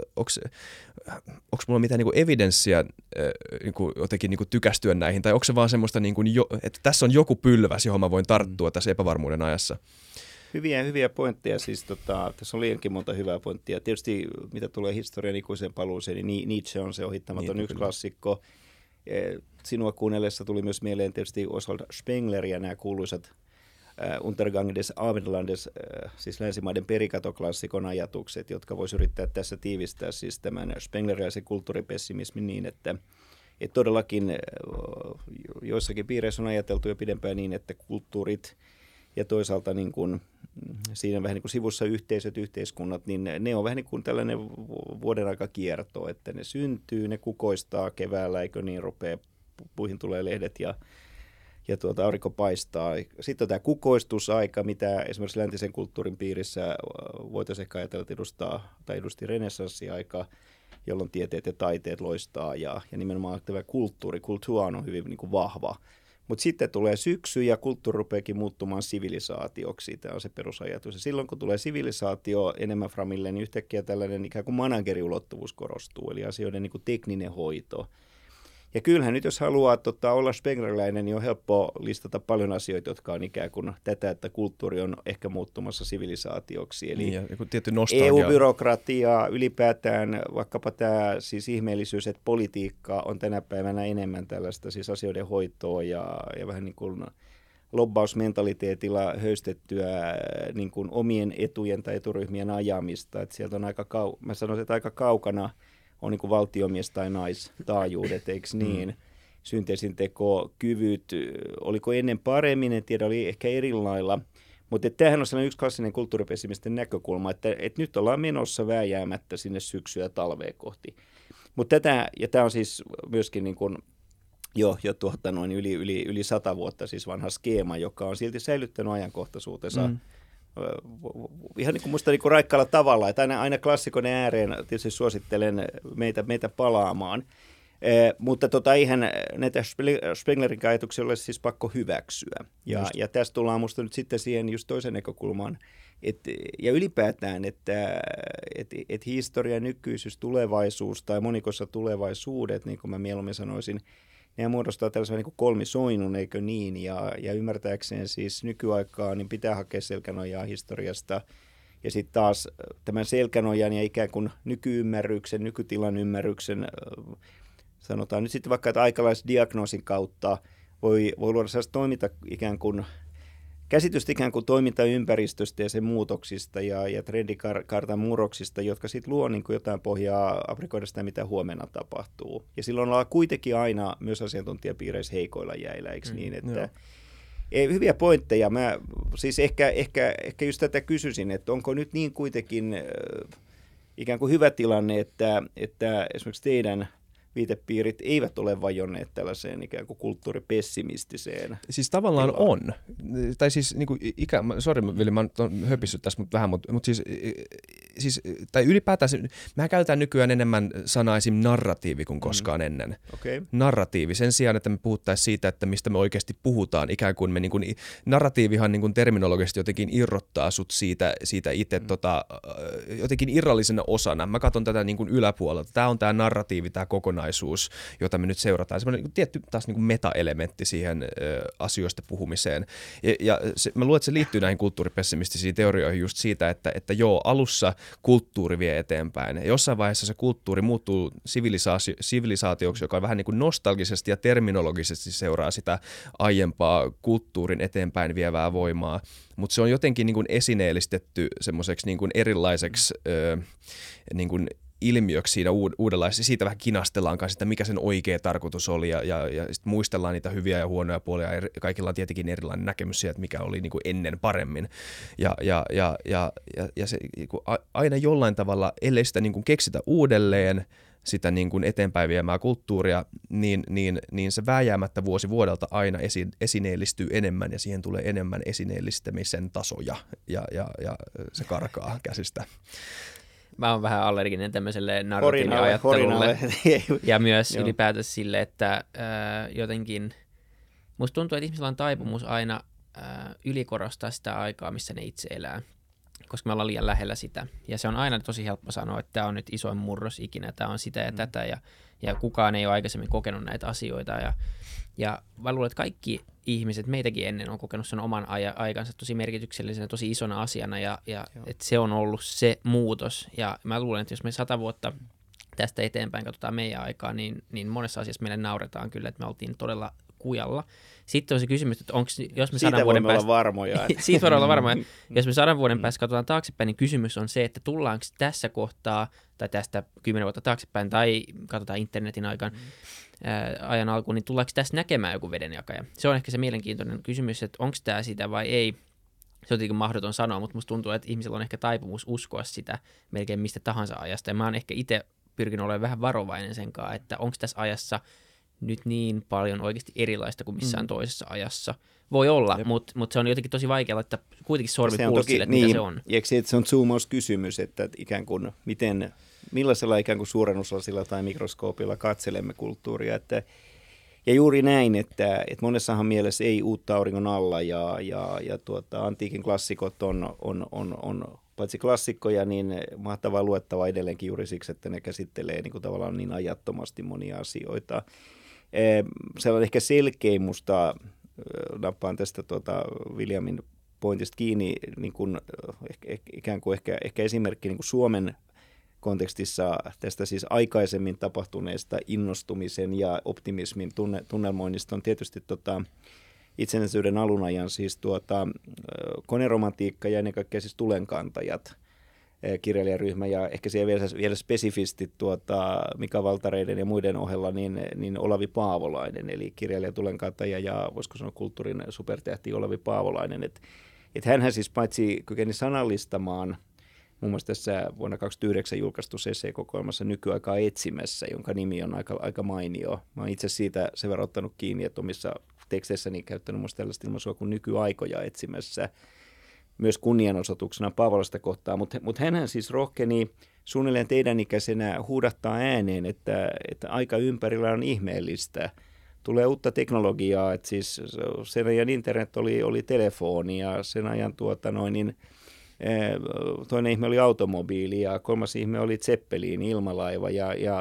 onko mulla mitään niin evidenssiä niin jotenkin niin tykästyä näihin, tai onko se vaan semmoista, niin kuin että tässä on joku pylväs, johon mä voin tarttua tässä epävarmuuden ajassa. Hyviä pointteja, siis tässä on liiankin monta hyvää pointtia. Tietysti mitä tulee historian ikuiseen paluuseen, niin Nietzsche on se ohittamaton yksi klassikko. Sinua kuunnellessa tuli myös mieleen tietysti Oswald Spengler ja nämä kuuluisat Untergang des Abendlandes, siis länsimaiden perikatoklassikon ajatukset, jotka voisi yrittää tässä tiivistää siis tämän spenglerilaisen kulttuuripessimismin niin, että todellakin joissakin piireissä on ajateltu jo pidempään niin, että kulttuurit ja toisaalta niin kuin, siinä vähän niin kuin sivussa yhteisöt, yhteiskunnat, niin ne on vähän niin kuin tällainen vuoden aika kierto, että ne syntyy, ne kukoistaa keväällä, eikö niin, rupeaa, puihin tulee lehdet ja aurinko paistaa. Sitten on tämä kukoistusaika, mitä esimerkiksi läntisen kulttuurin piirissä voitaisiin ehkä ajatella, että edusti renessanssiaika, jolloin tieteet ja taiteet loistaa ja nimenomaan tämä kulttuuri on hyvin niin kuin vahva. Mutta sitten tulee syksy ja kulttuuri rupeakin muuttumaan sivilisaatioksi. Tämä on se perusajatus. Ja silloin kun tulee sivilisaatio enemmän framille, niin yhtäkkiä tällainen ikään kuin manageriulottuvuus korostuu, eli asioiden niin kuin tekninen hoito. Ja kyllähän nyt jos haluaa olla spengleriläinen, niin on helppo listata paljon asioita, jotka on ikään kuin tätä, että kulttuuri on ehkä muuttumassa sivilisaatioksi. Eli EU-byrokratia, ylipäätään vaikkapa tämä siis ihmeellisyys, että politiikka on tänä päivänä enemmän tällaista siis asioiden hoitoa ja vähän niin kuin lobbausmentaliteetilla höystettyä niin kuin omien etujen tai eturyhmien ajamista. Että sieltä on mä sanoisin, että aika kaukana on niin kuin valtiomies- tai naistaajuudet, eikö niin? Synteesin tekokyvyt, oliko ennen paremmin, en tiedä, oli ehkä eri lailla. Mutta tämähän on sellainen yksi klassinen kulttuuripessimistin näkökulma, että nyt ollaan menossa vääjäämättä sinne syksyä ja talvea kohti. Mutta tämä on siis myöskin niin kuin jo yli 100 vuotta siis vanha skeema, joka on silti säilyttänyt ajankohtaisuutensa ihan niin kuin musta niin kuin raikkaalla tavalla, että aina klassikon ääreen tietysti suosittelen meitä palaamaan. Mutta eihän näitä Spenglerin ajatuksia ole siis pakko hyväksyä. Ja tästä tullaan musta nyt sitten siihen just toisen näkökulmaan, ja ylipäätään, että historia, nykyisyys, tulevaisuus tai monikossa tulevaisuudet, niin kuin mä mieluummin sanoisin, ne muodostaa tällaisen niin kuin kolmisoinnun, eikö niin? Ja ymmärtääkseen siis nykyaikaa, niin pitää hakea selkänojaa historiasta. Ja sitten taas tämän selkänojan ja ikään kuin nykyymmärryksen, nykytilan ymmärryksen, sanotaan nyt sitten vaikka, että aikalaisdiagnoosin kautta voi luoda sellaista toiminta ikään kuin, käsitystä ikään kuin toimintaympäristöstä ja sen muutoksista ja trendikartan murroksista, jotka sitten luo niin kuin jotain pohjaa aprikoida sitä, mitä huomenna tapahtuu. Ja silloin ollaan kuitenkin aina myös asiantuntijapiireissä heikoilla jäillä, eikö niin? Että hyviä pointteja. Mä siis ehkä just tätä kysyisin, että onko nyt niin kuitenkin ikään kuin hyvä tilanne, että esimerkiksi teidän viitepiirit eivät ole vajonneet tällaiseen ikään kuin kulttuuripessimistiseen. Siis tavallaan tilaan. On. Tai siis niin kuin sori Vili, mä oon höpissyt tässä vähän, mutta siis tai ylipäätään, mehän käytetään nykyään enemmän sanaa esim. Narratiivi kuin koskaan ennen. Okay. Narratiivi, sen sijaan, että me puhuttaisiin siitä, että mistä me oikeasti puhutaan, ikään kuin me niin kuin, narratiivihan niin kuin terminologisesti jotenkin irrottaa sut siitä itse jotenkin irrallisena osana. Mä katson tätä niin kuin yläpuolelta. Tämä on tämä narratiivi, tämä kokonaisuus, jota me nyt seurataan. Semmoinen niin tietty taas niin kuin meta-elementti siihen asioista puhumiseen. Ja mä luulen, että se liittyy näihin kulttuuripessimistisiin teorioihin just siitä, että joo, alussa kulttuuri vie eteenpäin. Ja jossain vaiheessa se kulttuuri muuttuu sivilisaatioksi, joka on vähän niin kuin nostalgisesti ja terminologisesti seuraa sitä aiempaa kulttuurin eteenpäin vievää voimaa. Mutta se on jotenkin niin kuin esineellistetty semmoiseksi niin kuin erilaiseksi niin kuin ilmiöksi siinä uudenlaisessa. Siitä vähän kinastellaan kanssa, että mikä sen oikea tarkoitus oli ja sitten muistellaan niitä hyviä ja huonoja puolia. Ja kaikilla on tietenkin erilainen näkemys siitä, että mikä oli niin kuin ennen paremmin. Ja se aina jollain tavalla, ellei sitä niin kuin keksitä uudelleen, sitä niin kuin eteenpäin viemää kulttuuria, niin se vääjäämättä vuosi vuodelta aina esineellistyy enemmän ja siihen tulee enemmän esineellistämisen tasoja ja se karkaa käsistä. Mä oon vähän allerginen tämmöiselle narratiiviajattelulle ja myös ylipäätänsä sille, että jotenkin musta tuntuu, että ihmisillä on taipumus aina ylikorostaa sitä aikaa, missä ne itse elää, koska me ollaan liian lähellä sitä. Ja se on aina tosi helppo sanoa, että tämä on nyt isoin murros ikinä, tämä on sitä ja tätä ja kukaan ei ole aikaisemmin kokenut näitä asioita. Ja mä luulen, että kaikki ihmiset, meitäkin ennen, on kokenut sen oman aikansa tosi merkityksellisenä, tosi isona asiana ja että se on ollut se muutos. Ja mä luulen, että jos me 100 vuotta tästä eteenpäin katsotaan meidän aikaa, niin monessa asiassa meille nauretaan kyllä, että me oltiin todella kujalla. Sitten on se kysymys, että onko, jos me 100 vuoden päästä... Siitä voidaan olla varmoja. Jos me 100 vuoden päästä katsotaan taaksepäin, niin kysymys on se, että tullaanko tässä kohtaa, tai tästä 10 vuotta taaksepäin, tai katsotaan internetin ajan alkuun, niin tullaanko tässä näkemään joku vedenjakaja? Se on ehkä se mielenkiintoinen kysymys, että onko tämä sitä vai ei. Se on tietenkin mahdoton sanoa, mutta musta tuntuu, että ihmisillä on ehkä taipumus uskoa sitä melkein mistä tahansa ajasta. Ja mä oon ehkä itse pyrkinyt olemaan vähän varovainen sen kanssa, että onko tässä ajassa nyt niin paljon oikeasti erilaista kuin missään toisessa ajassa. Voi olla, mutta se on jotenkin tosi vaikea laittaa kuitenkin sormi pulssille, että mitä se on. Ja se on zoomauskysymys, että ikään kuin millaisella ikään kuin suurennuslasilla tai mikroskoopilla katselemme kulttuuria. Ja juuri näin, että monessahan mielessä ei uutta auringon alla ja antiikin klassikot on paitsi klassikkoja, niin mahtavaa luettavaa edelleenkin juuri siksi, että ne käsittelee niin kuin tavallaan niin ajattomasti monia asioita. Sellainen ehkä selkein musta, nappaan tästä Williamin pointista kiinni, niin kuin, ikään kuin ehkä esimerkki niin kuin Suomen kontekstissa tästä siis aikaisemmin tapahtuneesta innostumisen ja optimismin tunnelmoinnista on tietysti itsenäisyyden alunajan siis koneromantiikka ja ennen kaikkea siis tulenkantajat kirjailijaryhmä ja ehkä siellä vielä spesifisti Mika Valtareiden ja muiden ohella niin Olavi Paavolainen eli kirjailija tulenkantaja ja voisiko sanoa kulttuurin supertähti Olavi Paavolainen, että Että hänhän siis paitsi kykeni sanallistamaan muun muassa tässä vuonna 2009 julkaistussa esseekokoelmassa Nykyaikaa etsimässä, jonka nimi on aika mainio. Mä oon itse siitä sen verran ottanut kiinni, että omissa teksteissäni käyttänyt muista tällaista ilmaisua kuin nykyaikoja etsimässä, myös kunnianosoituksena Paavolasta kohtaan. Mutta hänhän siis rohkeni suunnilleen teidän ikäisenä huudattaa ääneen, että aika ympärillä on ihmeellistä. Tulee uutta teknologiaa, että siis sen ajan internet oli telefoni ja sen ajan toinen ihme oli automobiili ja kolmas ihme oli Zeppelin, ilmalaiva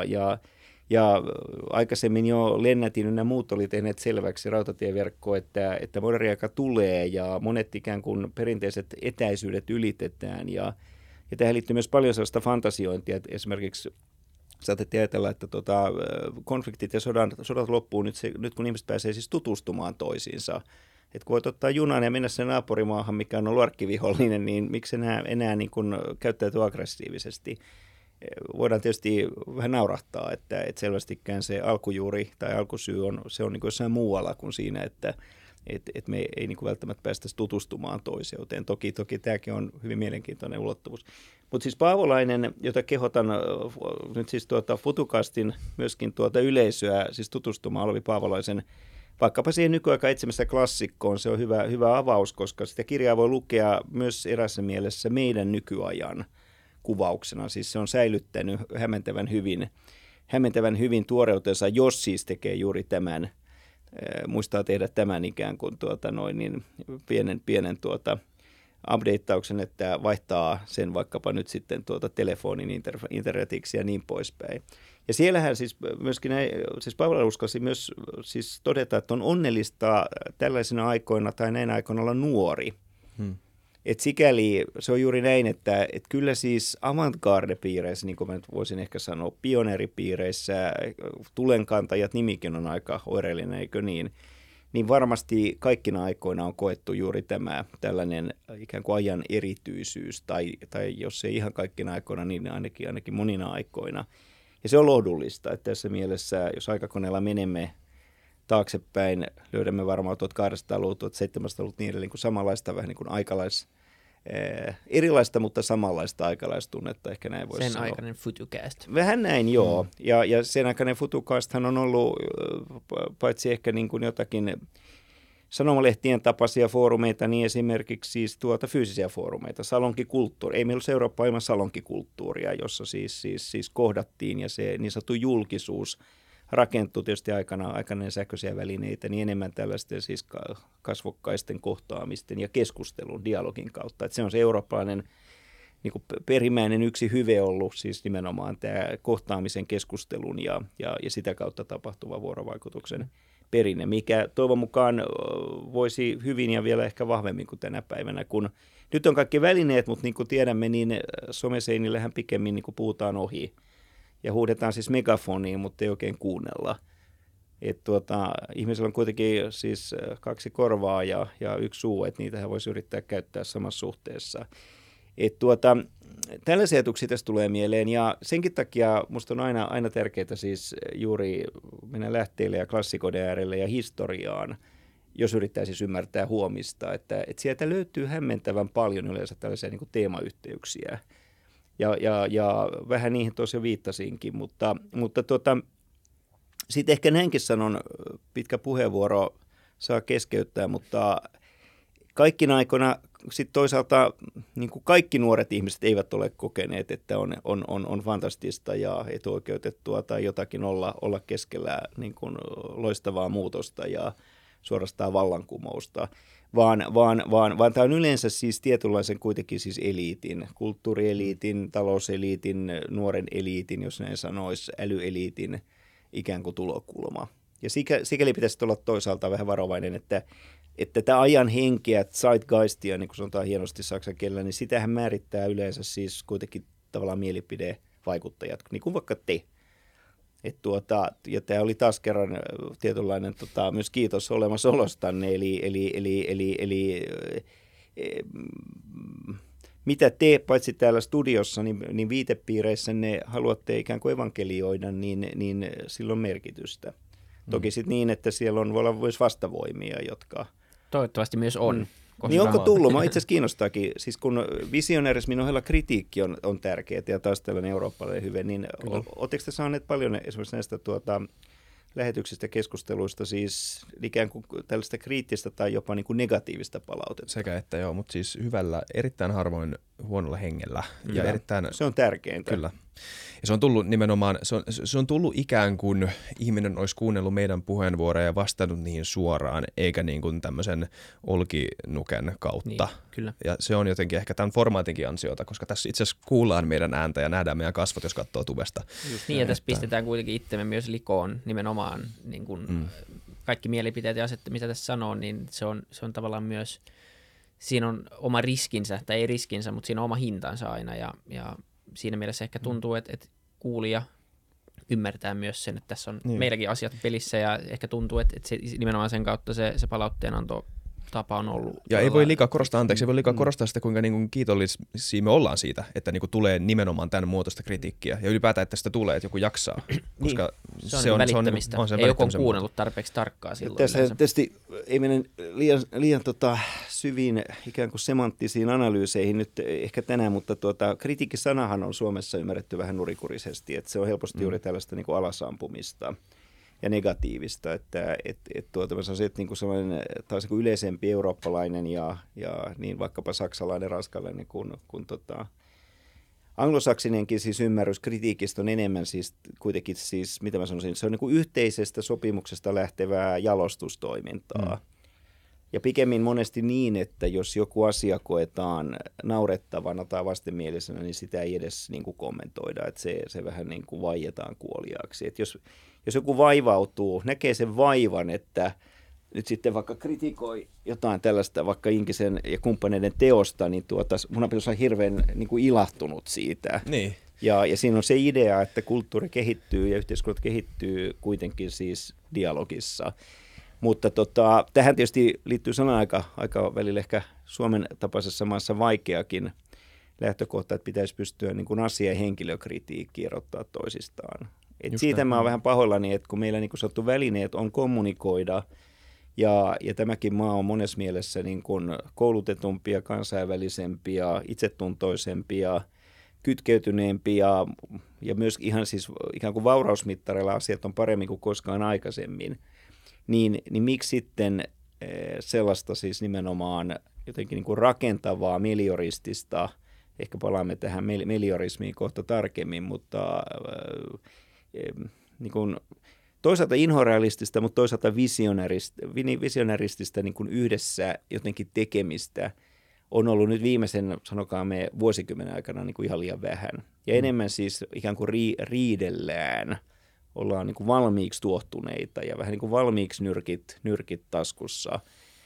ja aikaisemmin jo Lennätin ynnä muut oli tehneet selväksi rautatieverkko, että moderni aika tulee ja monet ikään kuin perinteiset etäisyydet ylitetään ja tähän liittyy myös paljon sellaista fantasiointia, että esimerkiksi saatettiin ajatella, että konfliktit ja sodat loppuu nyt kun ihmiset pääsee siis tutustumaan toisiinsa. Että kun voit ottaa junan ja mennä sen naapurimaahan, mikä on ollut arkkivihollinen, niin miksi enää niin kuin käyttäytyy aggressiivisesti? Voidaan tietysti vähän naurahtaa, että selvästikään se alkujuuri tai alkusyy on niin kuin jossain muualla kuin siinä, että me ei niin kuin välttämättä päästä tutustumaan toiseuteen. Toki tämäkin on hyvin mielenkiintoinen ulottuvuus. Mutta siis Paavolainen, jota kehotan nyt siis Futucastin myöskin yleisöä siis tutustumaan Olavi Paavolaisen vaikkapa siihen nykyaika etsimässä klassikkoon, se on hyvä avaus, koska sitä kirjaa voi lukea myös erässä mielessä meidän nykyajan kuvauksena. Siis se on säilyttänyt hämmentävän hyvin tuoreutensa, jos siis tekee juuri tämän, muistaa tehdä tämän ikään kuin pienen updateauksen, että vaihtaa sen vaikkapa nyt sitten telefonin internetiksi ja niin poispäin. Ja siellähän siis myöskin siis Paavola uskalsi myös siis todeta, että on onnellista tällaisina aikoina tai näinä aikoina olla nuori. Et sikäli se on juuri näin, että kyllä siis avantgarde-piireissä, niin kuin mä nyt voisin ehkä sanoa, pioneeripiireissä, tulenkantajat nimikin on aika oireellinen, eikö niin? Niin varmasti kaikkina aikoina on koettu juuri tämä tällainen ikään kuin ajan erityisyys, tai jos ei ihan kaikkina aikoina, niin ainakin monina aikoina. Ja se on lohdullista, että tässä mielessä, jos aikakoneella menemme taaksepäin, löydämme varmaan 1800-luvulta, 1700-luvulta niin edelleen kuin samanlaista vähän niin kuin erilaista, mutta samanlaista aikalaistunnetta, ehkä näin voisi sanoa. Sen aikainen Futucast. Vähän näin, joo. Ja sen aikainen Futucasthan on ollut paitsi ehkä niin kuin jotakin sanomalehtien tapaisia foorumeita, niin esimerkiksi siis fyysisiä foorumeita, salonkikulttuuri. Ei meillä ole Eurooppa ilman salonkikulttuuria, jossa siis kohdattiin ja se niin sanottu julkisuus rakentui tietysti aikanaan sähköisiä välineitä, niin enemmän tällaisten siis kasvokkaisten kohtaamisten ja keskustelun, dialogin kautta. Että se on se eurooppalainen niin kuin perimmäinen yksi hyve ollut, siis nimenomaan tämä kohtaamisen, keskustelun ja sitä kautta tapahtuva vuorovaikutuksen perinne, mikä toivon mukaan voisi hyvin ja vielä ehkä vahvemmin kuin tänä päivänä, kun nyt on kaikki välineet, mutta niin kuin tiedämme, niin someseinillähän pikemmin niin kuin puhutaan ohi. Ja huudetaan siis megafoniin, mutta ei oikein kuunnella. Ihmisellä on kuitenkin siis 2 korvaa ja 1 suu, että niitähän voisi yrittää käyttää samassa suhteessa. Tällaisia ajatuksia tässä tulee mieleen ja senkin takia musta on aina tärkeää siis juuri mennä lähteille ja klassikoiden äärelle ja historiaan, jos yrittää siis ymmärtää huomista, että sieltä löytyy hämmentävän paljon yleensä tällaisia niin kuin teemayhteyksiä. Ja vähän niihin tosiaan viittasinkin, mutta sitten ehkä näinkin sanon, pitkä puheenvuoro saa keskeyttää, mutta kaikkina aikoina sitten toisaalta niin kuin kaikki nuoret ihmiset eivät ole kokeneet, että on fantastista ja etuoikeutettua tai jotakin olla keskellä niin kuin loistavaa muutosta ja suorastaan vallankumousta, vaan tämä on yleensä siis tietynlaisen kuitenkin siis eliitin, kulttuurieliitin, talouseliitin, nuoren eliitin, jos näin sanoisi, älyeliitin ikään kuin tulokulma. Ja sikäli pitäisi olla toisaalta vähän varovainen, että tämä ajan henkeä, zeitgeistia, niin kuin sanotaan hienosti saksan kielellä, niin sitähän määrittää yleensä siis kuitenkin tavallaan mielipidevaikuttajat, niin kuin vaikka te. Ja tämä oli taas kerran tietynlainen myös kiitos olemassaolostanne, eli mitä te paitsi täällä studiossa, niin viitepiireissänne haluatte ikään kuin evankelioida, niin sillä on merkitystä. Toki sitten niin, että siellä voi olla myös vastavoimia, jotka... Toivottavasti myös on. Niin onko tullut? Mä itse asiassa kiinnostaakin. Siis kun visionärismin ohella kritiikki on tärkeää ja taas tällainen eurooppalainen hyve, niin oletteko te saaneet paljon esimerkiksi näistä lähetyksistä keskusteluista siis ikään kuin tällaista kriittistä tai jopa niin kuin negatiivista palautetta? Sekä että joo, mutta siis hyvällä, erittäin harvoin huonolla hengellä. Ja erittäin, se on tärkeintä. Kyllä. Ja se on tullut nimenomaan, se on tullut ikään kuin ihminen olisi kuunnellut meidän puheenvuoroja ja vastannut niihin suoraan, eikä niin kuin tämmöisen olkinuken kautta. Niin, kyllä. Ja se on jotenkin ehkä tämän formaatinkin ansiota, koska tässä itse asiassa kuullaan meidän ääntä ja nähdään meidän kasvot, jos katsoo tubesta. Niin, ja tässä pistetään kuitenkin itsemme myös likoon nimenomaan niin kuin kaikki mielipiteet ja mitä tässä sanoo, niin se on tavallaan myös, siinä on oma riskinsä, tai ei riskinsä, mutta siinä on oma hintansa aina, ja siinä mielessä ehkä tuntuu, että kuulija ymmärtää myös sen, että tässä on meilläkin asiat pelissä, ja ehkä tuntuu, että se, nimenomaan sen kautta se palautteenanto tapa on ollut. Ja ei voi liikaa korostaa sitä, kuinka niin kuin kiitollisia me ollaan siitä, että niin kuin tulee nimenomaan tämän muotoista kritiikkiä. Ja ylipäätään, että sitä tulee, että joku jaksaa. Koska se on välittämistä. Ei joku kuunnellut tarpeeksi tarkkaa silloin. Tässä tietysti ei mene liian syviin ikään kuin semanttisiin analyyseihin nyt ehkä tänään, mutta kritiikkisanahan on Suomessa ymmärretty vähän nurikurisesti. Että se on helposti juuri tällaista niin kuin alasampumista ja negatiivista, että mä sanoisin, että niin kuin sellainen taas niin kuin yleisempi eurooppalainen ja niin vaikkapa saksalainen, ranskalainen kuin anglosaksinenkin siis ymmärrys kritiikistä on enemmän siis kuitenkin siis, mitä mä sanoisin, se on niin kuin yhteisestä sopimuksesta lähtevää jalostustoimintaa. Ja pikemmin monesti niin, että jos joku asia koetaan naurettavana tai vastenmielisenä, niin sitä ei edes niin kuin kommentoida, että se vähän niin kuin vaietaan kuoliaaksi. Että jos joku vaivautuu, näkee sen vaivan, että nyt sitten vaikka kritikoi jotain tällaista vaikka Inkisen ja kumppaneiden teosta, niin mun pitäisi olla hirveän niin kuin ilahtunut siitä. Niin. Ja siinä on se idea, että kulttuuri kehittyy ja yhteiskunnat kehittyy kuitenkin siis dialogissa. Mutta tähän tietysti liittyy aika välillä ehkä Suomen tapaisessa maassa vaikeakin lähtökohta, että pitäisi pystyä niin kuin asia- ja henkilökritiikki erottaa toisistaan. Siitä mä oon vähän pahoillani, että kun meillä niin kuin sanottu välineet on kommunikoida, ja tämäkin maa on monessa mielessä niin kuin koulutetumpia, kansainvälisempiä, itsetuntoisempia, kytkeytyneempiä ja myös ihan siis ikään kuin vaurausmittareilla asiat on paremmin kuin koskaan aikaisemmin. Niin miksi sitten sellaista siis nimenomaan jotenkin niin kuin rakentavaa, melioristista, ehkä palaamme tähän meliorismiin kohta tarkemmin, mutta niin kuin toisaalta inhorealistista, mutta toisaalta visionärististä niin kuin yhdessä jotenkin tekemistä on ollut nyt viimeisen, sanokaamme, vuosikymmenen aikana niin kuin ihan liian vähän. Ja enemmän siis ikään kuin riidellään. Ollaan niin kuin valmiiksi tuottuneita ja vähän niin kuin valmiiksi nyrkit taskussa.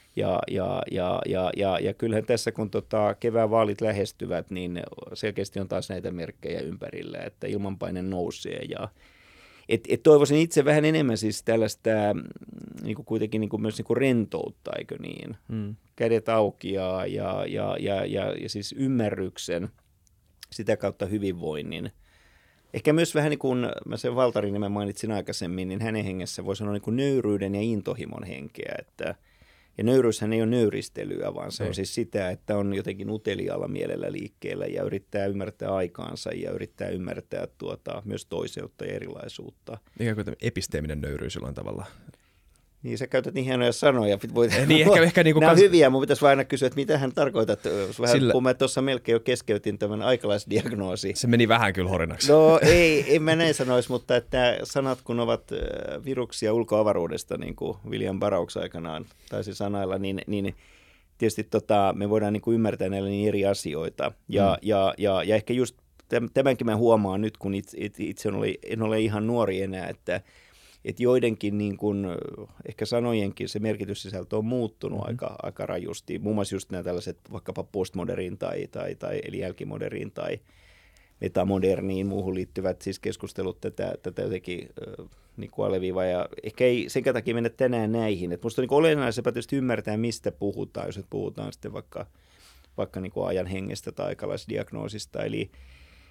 Ja kyllähän tässä, kun kevään vaalit lähestyvät, niin selkeästi on taas näitä merkkejä ympärillä, että ilmanpaine nousee. Toivoisin itse vähän enemmän siis tällaista niin kuin kuitenkin niin kuin myös niin kuin rentoutta, eikö niin? Kädet auki ja siis ymmärryksen, sitä kautta hyvinvoinnin. Ehkä myös vähän niin kuin, mä sen Valtarin nimen mainitsin aikaisemmin, niin hänen hengessä voi sanoa niin kuin nöyryyden ja intohimon henkeä. Ja nöyryyshän ei ole nöyristelyä, vaan se on siis sitä, että on jotenkin uteliaalla mielellä liikkeellä ja yrittää ymmärtää aikaansa ja yrittää ymmärtää myös toiseutta ja erilaisuutta. Ikään kuin episteeminen nöyryys jollain tavalla. Niin, sä käytät niin hienoja sanoja. Ehkä niin kuin nämä on hyviä, mun pitäisi aina kysyä, että mitä hän tarkoitat. Kun mä tuossa melkein jo keskeytin tämän aikalaisdiagnoosi. Se meni vähän kyllä horinaksi. No ei mä näin sanoisi, mutta että sanat kun ovat viruksia ulkoavaruudesta, niin kuin William Burroughs aikanaan taisi sanailla, niin tietysti me voidaan niin kuin ymmärtää näillä niin eri asioita. Ja ehkä just tämänkin mä huomaan nyt, kun itse en ole ihan nuori enää, että joidenkin niin kuin, ehkä sanojenkin se merkityssisältö on muuttunut aika rajusti. Muun muassa just nämä tällaiset vaikkapa postmoderniin eli jälkimoderniin tai metamoderniin muuhun liittyvät siis keskustelut tätä jotenkin niin kuin alleviivaa. Ja ehkä ei sen takia mennä tänään näihin. Et musta on niin olennaisempaa tietysti ymmärtää, mistä puhutaan, jos puhutaan sitten vaikka niin kuin ajan hengestä tai aikalaisdiagnoosista.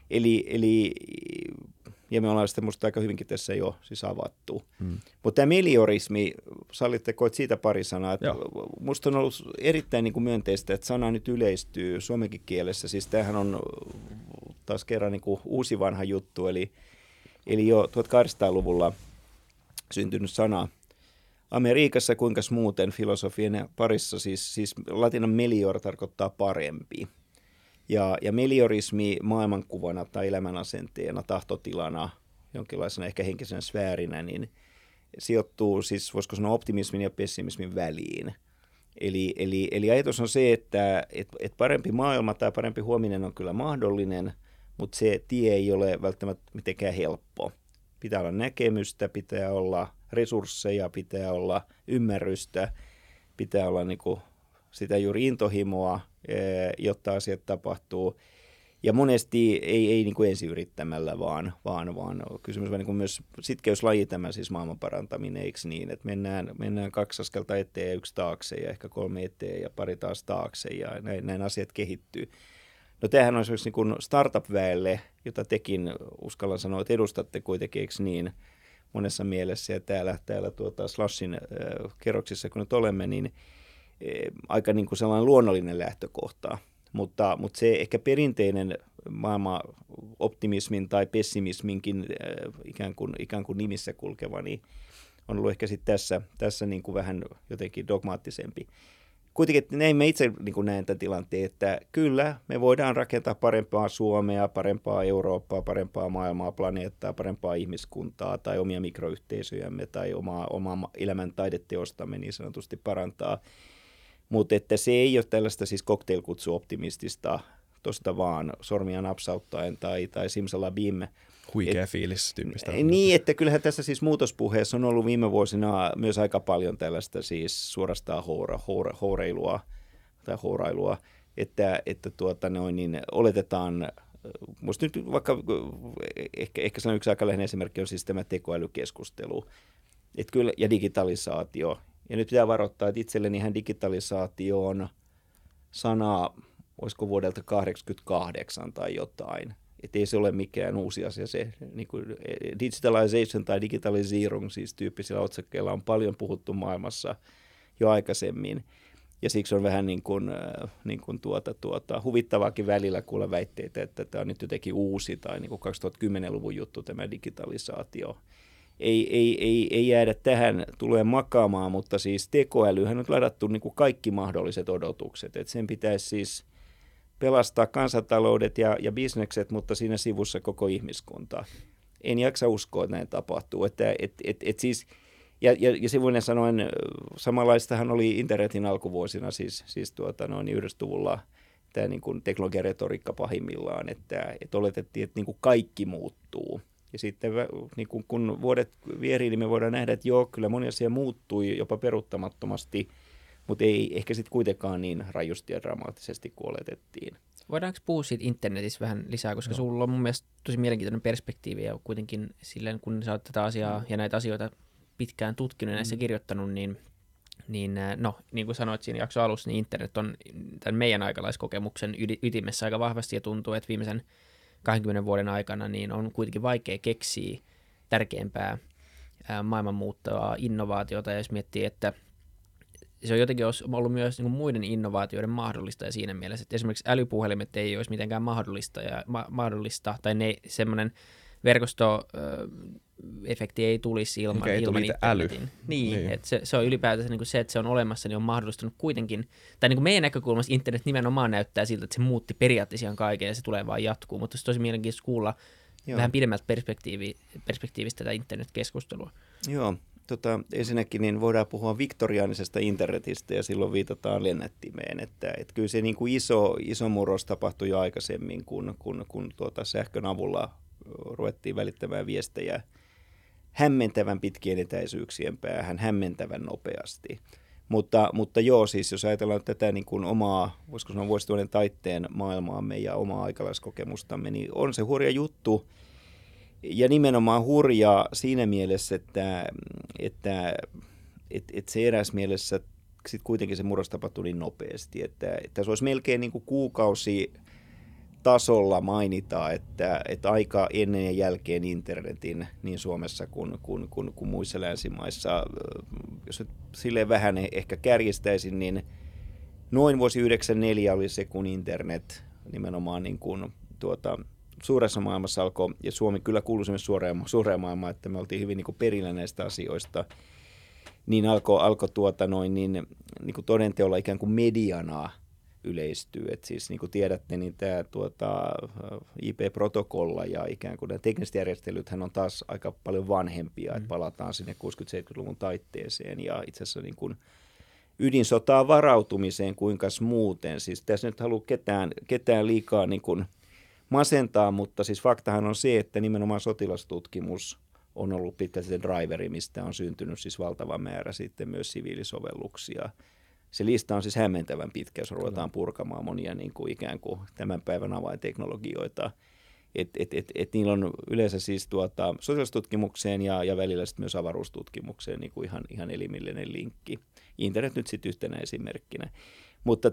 Eli ja me ollaan sitä musta aika hyvinkin tässä jo siis avattu. Mutta tämä meliorismi, sallitteko siitä pari sanaa, että musta on ollut erittäin niin kuin myönteistä, että sana nyt yleistyy suomenkin kielessä. Siis tämähän on taas kerran niin kuin uusi vanha juttu, eli jo 1800-luvulla syntynyt sana. Amerikassa kuinkas muuten filosofien parissa, siis latinan melior tarkoittaa parempi. Ja meliorismi maailmankuvana tai elämänasenteena, tahtotilana, jonkinlaisena ehkä henkisenä sfäärinä, niin sijoittuu siis, voisiko sanoa, optimismin ja pessimismin väliin. Eli ajatus on se, että parempi maailma tai parempi huominen on kyllä mahdollinen, mutta se tie ei ole välttämättä mitenkään helppo. Pitää olla näkemystä, pitää olla resursseja, pitää olla ymmärrystä, pitää olla niin kuin sitä juuri intohimoa, jotta asiat tapahtuu. Ja monesti ei niin kuin ensin yrittämällä, vaan kysymys on niin kuin myös sitkeyslaji tämä siis maailman parantaminen, eikö niin, että mennään 2 askelta eteen ja 1 taakse ja ehkä 3 eteen ja pari taas taakse ja näin asiat kehittyy. No tämähän on esimerkiksi niin kuin startup-väelle, jota tekin uskallan sanoa, että edustatte kuitenkin, eikö niin, monessa mielessä ja täällä Slashin kerroksissa kun nyt olemme, niin aika niin kuin sellainen luonnollinen lähtökohta, mutta se ehkä perinteinen maailman optimismin tai pessimisminkin ikään kuin nimissä kulkeva, niin on ollut ehkä sitten tässä niin kuin vähän jotenkin dogmaattisempi. Kuitenkin näin me itse niin kuin näen tämän tilanteen, että kyllä me voidaan rakentaa parempaa Suomea, parempaa Eurooppaa, parempaa maailmaa, planeettaa, parempaa ihmiskuntaa tai omia mikroyhteisöjämme tai omaa elämän taideteostamme niin sanotusti parantaa. Mutta että se ei ole tällaista siis cocktailkutsuoptimistista, tuosta vaan sormia napsauttaen tai simsalabim. Huikea fiilis tyyppistä. Niin, että kyllähän tässä siis muutospuheessa on ollut viime vuosina myös aika paljon tällaista siis suorastaan hourailua, että niin oletetaan, musta nyt vaikka ehkä sellainen yksi aika läheinen esimerkki on siis tämä tekoälykeskustelu, että kyllä, ja digitalisaatio. Ja nyt pitää varoittaa, että itselleni ihan digitalisaatio on sana, olisiko vuodelta 1988 tai jotain. Että ei se ole mikään uusi asia. Se niin kuin digitalization tai digitalizierung siis tyyppisillä otsakkeilla on paljon puhuttu maailmassa jo aikaisemmin. Ja siksi on vähän niin kuin huvittavaakin välillä kuulla väitteitä, että tämä on nyt jotenkin uusi tai niin kuin 2010-luvun juttu tämä digitalisaatio. Ei jäädä tähän tulee makaamaan, mutta siis tekoälyhän on ladattu niin kuin kaikki mahdolliset odotukset. Et sen pitäisi siis pelastaa kansantaloudet ja bisnekset, mutta siinä sivussa koko ihmiskunta. En jaksa uskoa, että näin tapahtuu. Siis, ja sivuinen sanoen, samanlaistahan oli internetin alkuvuosina, siis 90-luvulla tämä niin kuin teknologiaretoriikka pahimmillaan, että oletettiin, että niin kuin kaikki muuttuu. Ja sitten niin kun vuodet vierii, niin me voidaan nähdä, että joo, kyllä moni asia muuttui jopa peruuttamattomasti, mutta ei ehkä sitten kuitenkaan niin rajusti ja dramaattisesti kuin oletettiin. Voidaanko puhua siitä internetissä vähän lisää, koska sulla on mun mielestä tosi mielenkiintoinen perspektiivi ja kuitenkin silleen, kun sä oot tätä asiaa ja näitä asioita pitkään tutkinut ja näissä kirjoittanut, niin kuin sanoit siinä jakson alussa, niin internet on tämän meidän aikalaiskokemuksen ytimessä aika vahvasti ja tuntuu, että viimeisen 20 vuoden aikana niin on kuitenkin vaikea keksiä tärkeämpää maailmanmuuttavaa innovaatiota, ja jos miettii, että se on jotenkin ollut myös niin kuin muiden innovaatioiden mahdollista ja siinä mielessä, että esimerkiksi älypuhelimet ei olisi mitenkään mahdollista tai semmoinen verkostoefekti ei tulisi ilman internetin. Äly. Niin. Että se on ylipäätänsä niin kuin se, että se on olemassa, niin on mahdollistanut kuitenkin, tai niin kuin meidän näkökulmasta internet nimenomaan näyttää siltä, että se muutti periaatteessa ihan kaiken ja se tulee vaan jatkuu, mutta se tosi mielenkiintoista kuulla vähän pidemmältä perspektiivistä tätä internetkeskustelua. Joo. Ensinnäkin niin voidaan puhua viktoriaanisesta internetistä ja silloin viitataan lennättimeen, että kyllä se niin kuin iso murros tapahtui jo aikaisemmin, kun sähkön avulla ruvettiin välittämään viestejä hämmentävän pitkien etäisyyksien päähän, hämmentävän nopeasti. Mutta joo, siis jos ajatellaan tätä niin kuin omaa, voisiko sanoa vuosituhannen taitteen maailmaamme ja omaa aikalaiskokemustamme, niin on se hurja juttu. Ja nimenomaan hurja siinä mielessä, että se eräs mielessä sit kuitenkin se murros tapahtui niin nopeasti, että se olisi melkein niin kuin kuukausi tasolla mainita, että aika ennen ja jälkeen internetin niin Suomessa kuin muissa länsimaissa, jos nyt silleen vähän ehkä kärjistäisin, niin noin vuosi 1994 oli se, kun internet nimenomaan niin kuin suuressa maailmassa alkoi, ja Suomi kyllä kuului myös suureen maailmaan, että me oltiin hyvin niin kuin perillä näistä asioista, niin alkoi niin kuin todenteolla ikään kuin mediana yleistyy. Et siis niin kuin tiedätte, niin tämä IP-protokolla ja ikään kuin nämä tekniset järjestelythän on taas aika paljon vanhempia, että palataan sinne 60-70-luvun taitteeseen ja itse asiassa niin kuin ydinsotaan varautumiseen kuinka muuten. Siis tässä nyt halua ketään liikaa niin kuin masentaa, mutta siis faktahan on se, että nimenomaan sotilastutkimus on ollut pitkälti se driveri, mistä on syntynyt siis valtava määrä sitten myös siviilisovelluksia. Se lista on siis hämmentävän pitkä, jos ruvetaan purkamaan monia niin kuin ikään kuin tämän päivän avainteknologioita. Niillä on yleensä siis sotilastutkimukseen ja välillä sitten myös avaruustutkimukseen niin kuin ihan elimellinen linkki. Internet nyt sitten yhtenä esimerkkinä. Mutta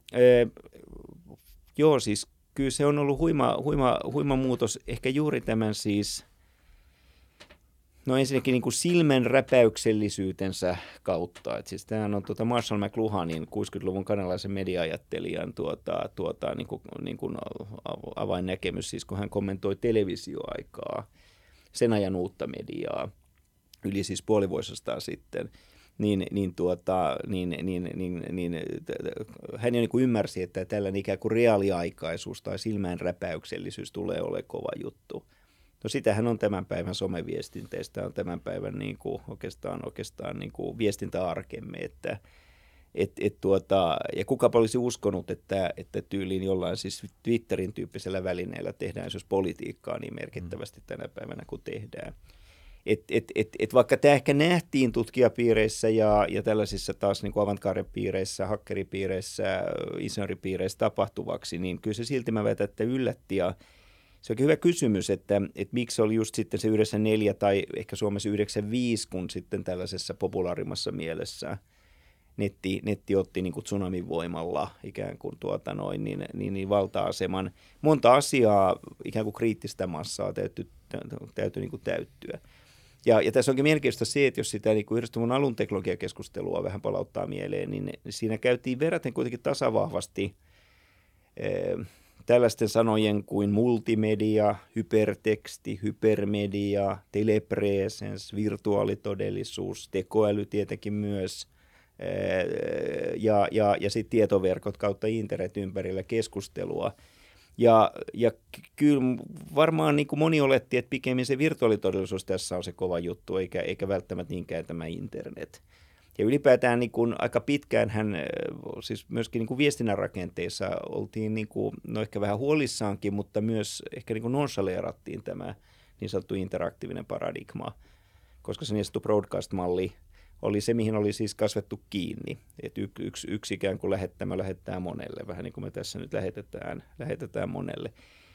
joo, siis kyllä se on ollut huima muutos, ehkä juuri tämän siis, no ensinnäkin niin kuin silmän räpäyksellisyytensä kautta. Et siis tämähän on Marshall McLuhanin 60-luvun kanalaisen media-ajattelijan niin kuin avainnäkemys, siis kun hän kommentoi televisioaikaa, sen ajan uutta mediaa, yli siis puolivuosistaan sitten. Hän jo niin kuin ymmärsi, että tällainen ikään kuin reaaliaikaisuus tai silmään räpäyksellisyys tulee olemaan kova juttu. No sitähän on tämän päivän someviestinteistä, on tämän päivän niin kuin oikeastaan niin kuin viestintäarkemme, ja kukapa olisi uskonut, että tyyliin jollain siis Twitterin tyyppisellä välineellä tehdään jos politiikkaa niin merkittävästi tänä päivänä kuin tehdään. Vaikka tämä ehkä nähtiin tutkijapiireissä ja tällaisissa taas niin kuin avantgarde-piireissä, hakkeripiireissä, insinööripiireissä tapahtuvaksi, niin kyllä se silti mä väitän, että yllätti. Ja se onkin hyvä kysymys, että miksi oli just sitten se 94 tai ehkä Suomessa 95, kun sitten tällaisessa populaarimmassa mielessä netti otti niin kuin tsunamin voimalla ikään kuin niin valta-aseman. Monta asiaa, ikään kuin kriittistä massaa täytyy niin kuin täyttyä. Ja tässä onkin mielenkiintoista se, että jos sitä niin 90-luvun alun teknologiakeskustelua vähän palauttaa mieleen, niin siinä käytiin verraten kuitenkin tasavahvasti tällaisten sanojen kuin multimedia, hyperteksti, hypermedia, telepresence, virtuaalitodellisuus, tekoäly tietenkin myös, ja sitten tietoverkot kautta internet ympärillä keskustelua. Ja kyllä varmaan niin kuin moni oletti, että pikemmin se virtuaalitodellisuus tässä on se kova juttu, eikä välttämättä niinkään tämä internet. Ja ylipäätään niin kuin aika pitkäänhän siis myöskin niin kuin viestinnän rakenteissa oltiin niin kuin, no ehkä vähän huolissaankin, mutta myös ehkä niin kuin nonchaleerattiin tämä niin sanottu interaktiivinen paradigma, koska se niin sanottu broadcast-malli oli se, mihin oli siis kasvettu kiinni. Että yksi ikään kuin lähettää monelle, vähän niin kuin me tässä nyt lähetetään monelle.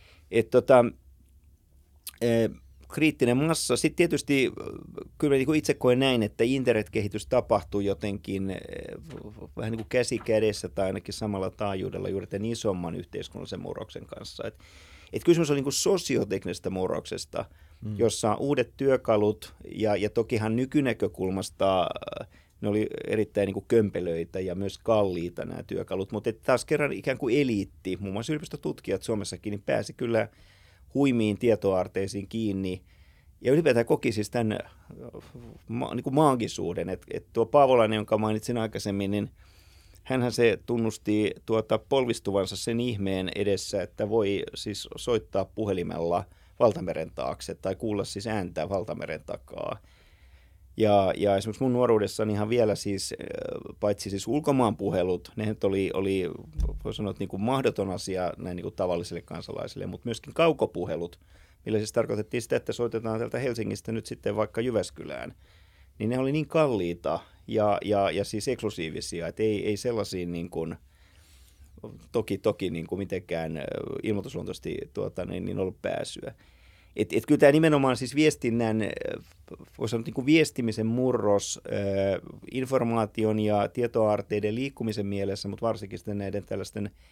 Kriittinen massa. Sitten tietysti kyllä niin kuin itse koen näin, että internetkehitys tapahtuu jotenkin vähän niin kuin käsi kädessä tai ainakin samalla taajuudella juuri tämän isomman yhteiskunnallisen murroksen kanssa. Kysymys on niin kuin sosioteknisestä murroksesta, jossa uudet työkalut ja tokihan nykynäkökulmasta ne oli erittäin niin kuin kömpelöitä ja myös kalliita nämä työkalut, mutta taas kerran ikään kuin eliitti, muun muassa yliopistotutkijat Suomessakin, niin pääsi kyllä huimiin tietoaarteisiin kiinni ja ylipäätään koki siis tämän niin kuin maagisuuden, että tuo Paavolainen, jonka mainitsin aikaisemmin, niin hänhän se tunnusti polvistuvansa sen ihmeen edessä, että voi siis soittaa puhelimella valtameren taakse tai kuulla siis ääntä valtameren takaa. Ja esimerkiksi mun nuoruudessani ihan vielä siis, paitsi siis ulkomaanpuhelut, ne oli voi sanoa, että niin kuin mahdoton asia näin niin kuin tavallisille kansalaisille, mutta myöskin kaukopuhelut, millä siis tarkoitettiin sitä, että soitetaan täältä Helsingistä nyt sitten vaikka Jyväskylään, niin ne oli niin kalliita ja siis eksklusiivisia, että ei sellaisiin niin kuin, toki niin kuin mitenkään ilmoitusluontoisesti niin ollut pääsyä. Kyllä tämä nimenomaan siis viestinnän, voisi sanoa niin kuin viestimisen murros, informaation ja tietoaarteiden liikkumisen mielessä, mutta varsinkin sitten näiden tällaisten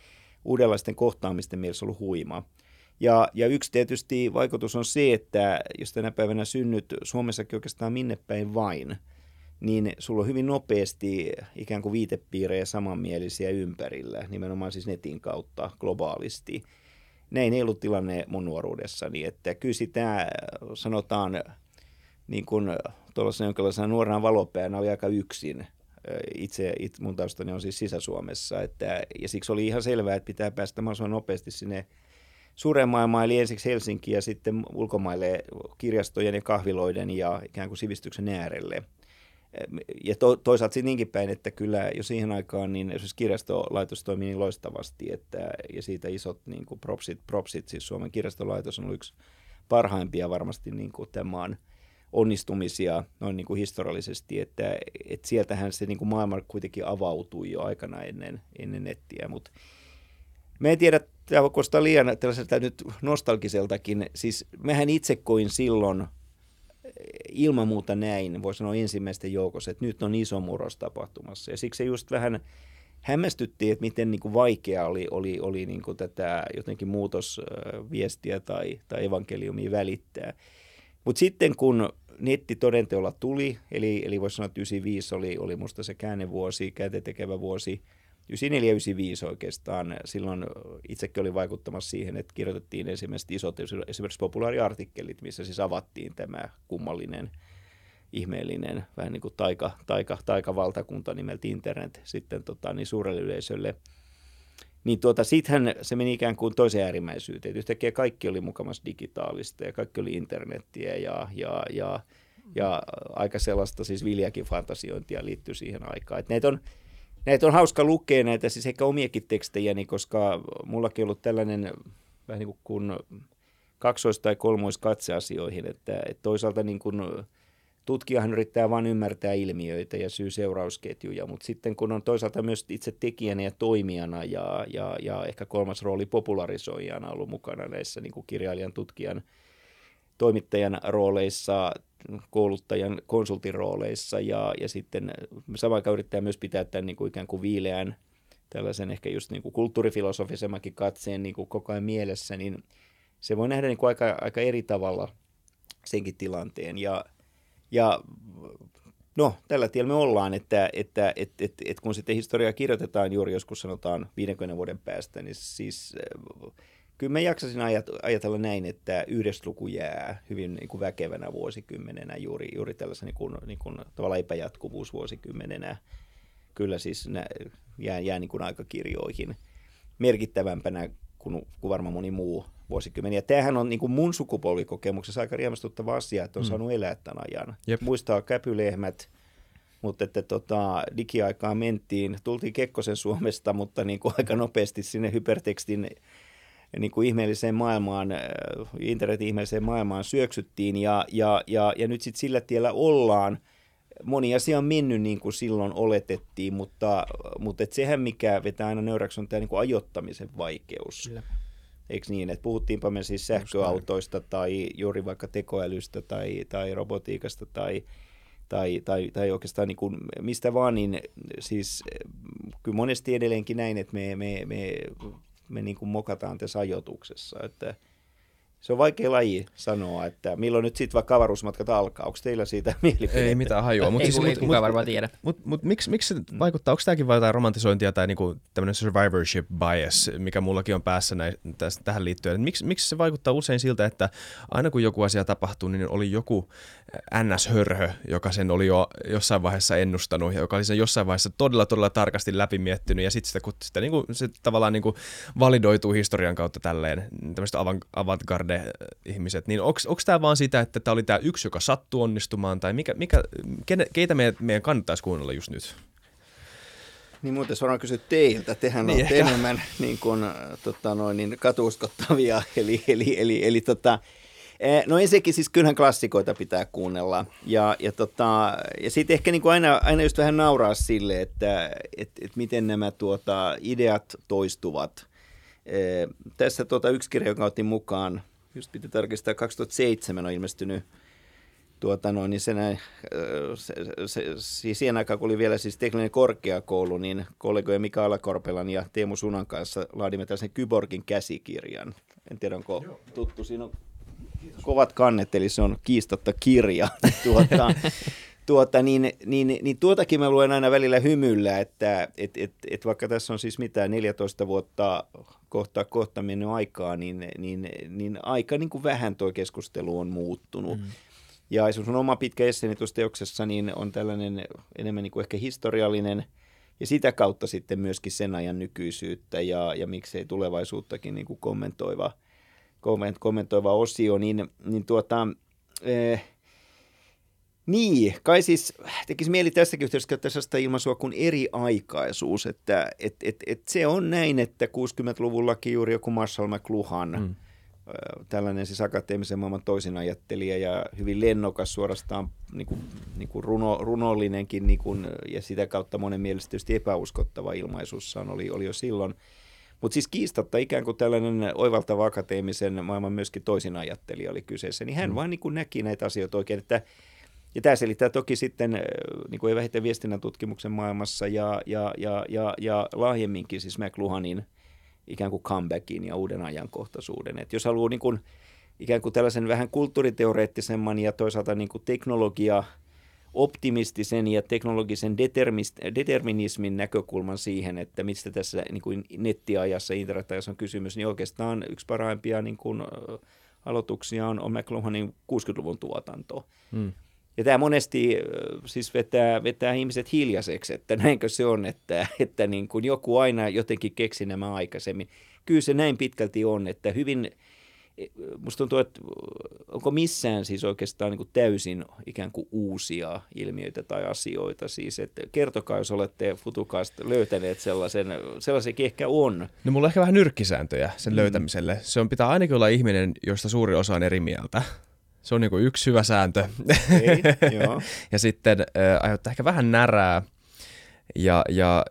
uudenlaisten kohtaamisten mielessä ollut huima. Ja yksi tietysti vaikutus on se, että jos tänä päivänä synnyt Suomessakin oikeastaan minne päin vain, niin sulla on hyvin nopeasti ikään kuin viitepiirejä samanmielisiä ympärillä, nimenomaan siis netin kautta globaalisti. Näin ei ollut tilanne mun nuoruudessani, että kyllä sitä sanotaan niin kuin tuollaisena jonkinlaisena nuorena valopäänä oli aika yksin. Itse mun taustani on siis Sisä-Suomessa, ja siksi oli ihan selvää, että pitää päästä mahdollisimman nopeasti sinne suureen maailmaan, eli ensiksi Helsinkiin ja sitten ulkomaille kirjastojen ja kahviloiden ja ikään kuin sivistyksen äärelle. Ja toisaalta sitten niinkin päin, että kyllä jo siihen aikaan niin esimerkiksi kirjastolaitos toimii niin loistavasti, ja siitä isot niin kuin propsit, siis Suomen kirjastolaitos on ollut yksi parhaimpia varmasti niin kuin tämän maan onnistumisia noin niin kuin historiallisesti, että sieltähän se niin kuin maailma kuitenkin avautui jo aikana ennen nettiä, mutta mä en tiedä, tämä voi kuulostaa liian tällaiselta nyt nostalgiseltakin, siis mähän itse koin silloin ilman muuta näin, voi sanoa ensimmäisten joukossa, että nyt on iso murros tapahtumassa. Ja siksi se just vähän hämmästyttiin, että miten niin kuin vaikea oli niin kuin tätä jotenkin muutosviestiä tai evankeliumia välittää. Mutta sitten kun netti todenteolla tuli, eli voisi sanoa, että 95 oli musta se käännevuosi, kääntetekevä vuosi, 94 ja 95 oikeastaan. Silloin itsekin oli vaikuttamassa siihen, että kirjoitettiin ensimmäiset isot esimerkiksi populaariartikkelit, missä siis avattiin tämä kummallinen, ihmeellinen, vähän niin kuin taikavaltakunta nimeltä internet sitten niin suurelle yleisölle. Niin sittenhän se meni ikään kuin toiseen äärimmäisyyteen. Yhtäkkiä kaikki oli mukamassa digitaalista ja kaikki oli internettiä ja aika sellaista siis viljakin fantasiointia liittyy siihen aikaan. Että näitä on hauska lukea, näitä siis ehkä omiakin tekstejäni, koska mullakin on ollut tällainen vähän niin kuin kaksois- tai kolmoiskatse asioihin, että toisaalta niin kuin tutkijahan yrittää vain ymmärtää ilmiöitä ja syy-seurausketjuja, mutta sitten kun on toisaalta myös itse tekijänä ja toimijana ja ehkä kolmas rooli popularisoijana ollut mukana näissä niin kuin kirjailijan, tutkijan, toimittajan rooleissa, kouluttajan, konsultin rooleissa ja sitten samaan aikaan yrittää myös pitää tämän niin kuin ikään kuin viileän tällaisen ehkä just niin kuin kulttuurifilosofisemmankin katseen niin kuin koko ajan mielessä, niin se voi nähdä niin kuin aika eri tavalla senkin tilanteen. Ja no, tällä tiellä me ollaan, että kun sitten historiaa kirjoitetaan juuri joskus sanotaan 50 vuoden päästä, niin siis kyllä mä jaksaisin ajatella näin, että 1 luku jää hyvin niin kuin väkevänä vuosikymmenenä, juuri tällaisen niin kuin tavallaan epäjatkuvuusvuosikymmenenä. Kyllä siis jää niin kuin aikakirjoihin merkittävämpänä kuin varmaan moni muu vuosikymmeni. Ja tämähän on niin kuin mun sukupolvikokemuksessa aika riemastuttava asia, että on saanut elää tämän ajan. Jep. Muistaa käpylehmät, mutta että digiaikaan tultiin Kekkosen Suomesta, mutta niin kuin aika nopeasti sinne hypertekstin niin kuin ihmeelliseen maailmaan, internetin ihmeelliseen maailmaan syöksyttiin ja nyt sitten sillä tiellä ollaan. Moni asia on mennyt niin kuin silloin oletettiin, mutta et sehän mikä vetää aina nöyräksi on tämä niin kuin ajoittamisen vaikeus. Kyllä. Eikö niin, että puhuttiinpa me siis sähköautoista tai juuri vaikka tekoälystä tai robotiikasta tai oikeastaan niin kuin mistä vaan, niin siis kyllä monesti edelleenkin näin, että me niin kuin mokataan tässä ajoituksessa, että se on vaikea laji sanoa, että milloin nyt sitten vaikka avaruusmatkat alkaa. Onko teillä siitä mielipidettä? Ei mitään hajua. Ei kukaan varmaan tiedä. Mutta miksi se vaikuttaa? Onko tämäkin vain jotain romantisointia tai niinku tämmöinen survivorship bias, mikä mullakin on päässä tähän liittyen? Miksi se vaikuttaa usein siltä, että aina kun joku asia tapahtuu, niin oli joku NS-hörhö, joka sen oli jo jossain vaiheessa ennustanut, joka oli sen jossain vaiheessa todella tarkasti läpimiettinyt, ja sitten sitä niinku, se tavallaan niinku validoituu historian kautta tälleen, tämmöiset avantgarde-ihmiset, niin onko tämä vaan sitä, että tämä oli tämä yksi, joka sattui onnistumaan, tai keitä meidän kannattaisi kuunnella just nyt? Niin muuten suoraan kysyä teiltä, tehän niin olette enemmän niin kuin, katuuskottavia, eli no ensinnäkin siis kyllähän klassikoita pitää kuunnella, ja sitten ehkä niin kuin aina just vähän nauraa sille, että miten nämä ideat toistuvat. Tässä yksi kirja, joka otin mukaan, just piti tarkistaa, 2007 on ilmestynyt niin siis siihen aikaan, kun oli vielä siis tekninen korkeakoulu, niin kollegoja Mika Alakorpelan ja Teemu Sunan kanssa laadimme tällaisen Kyborgin käsikirjan. En tiedä, onko tuttu. Siinä on kovat kannet, eli se on kiistatta kirja. Tuotakin mä luen aina välillä hymyllä, että vaikka tässä on siis mitään 14 vuotta kohta mennyt aikaa, niin aika niin kuin vähän tuo keskustelu on muuttunut. Ja sun oma pitkä esseeni tuossa teoksessa niin on tällainen enemmän niin kuin ehkä historiallinen ja sitä kautta sitten myöskin sen ajan nykyisyyttä ja miksei tulevaisuuttakin niin kuin kommentoiva osio, niin, kai siis tekisi mieli tässäkin yhteydessä käyttää sellaista ilmaisua kuin eriaikaisuus, että se on näin, että 60-luvullakin juuri joku Marshall McLuhan, tällainen siis akateemisen maailman toisinajattelija ja hyvin lennokas suorastaan niin kuin runollinenkin niin kuin, ja sitä kautta monen mielestä tietysti epäuskottava ilmaisuussaan oli jo silloin. Mutta siis kiistatta ikään kuin tällainen oivaltava akateemisen maailman myöskin toisinajattelija oli kyseessä, niin hän vaan niin kuin näki näitä asioita oikein, että ja tämä selittää toki sitten, niin kuin ei vähiten viestinnän tutkimuksen maailmassa ja laajemminkin siis McLuhanin ikään kuin comebackin ja uuden ajankohtaisuuden. Et jos haluaa niin kuin, ikään kuin tällaisen vähän kulttuuriteoreettisemman ja toisaalta niin kuin teknologia-optimistisen ja teknologisen determinismin näkökulman siihen, että mistä tässä niin kuin nettiajassa, internetajassa on kysymys, niin oikeastaan yksi parhaimpia niin kuin aloituksia on McLuhanin 60-luvun tuotanto. Ja tämä monesti siis vetää ihmiset hiljaiseksi, että näinkö se on, että niin kuin joku aina jotenkin keksi nämä aikaisemmin. Kyllä se näin pitkälti on, että hyvin, musta tuntuu, että onko missään siis oikeastaan niin kuin täysin ikään kuin uusia ilmiöitä tai asioita. Siis, että kertokaa, jos olette Futukasta löytäneet sellaisiakin ehkä on. No mulla on ehkä vähän nyrkkisääntöjä sen löytämiselle. Pitää ainakin olla ihminen, josta suuri osa on eri mieltä. Se on niin kuin yksi hyvä sääntö. Joo. Ja sitten aiheuttaa ehkä vähän närää ja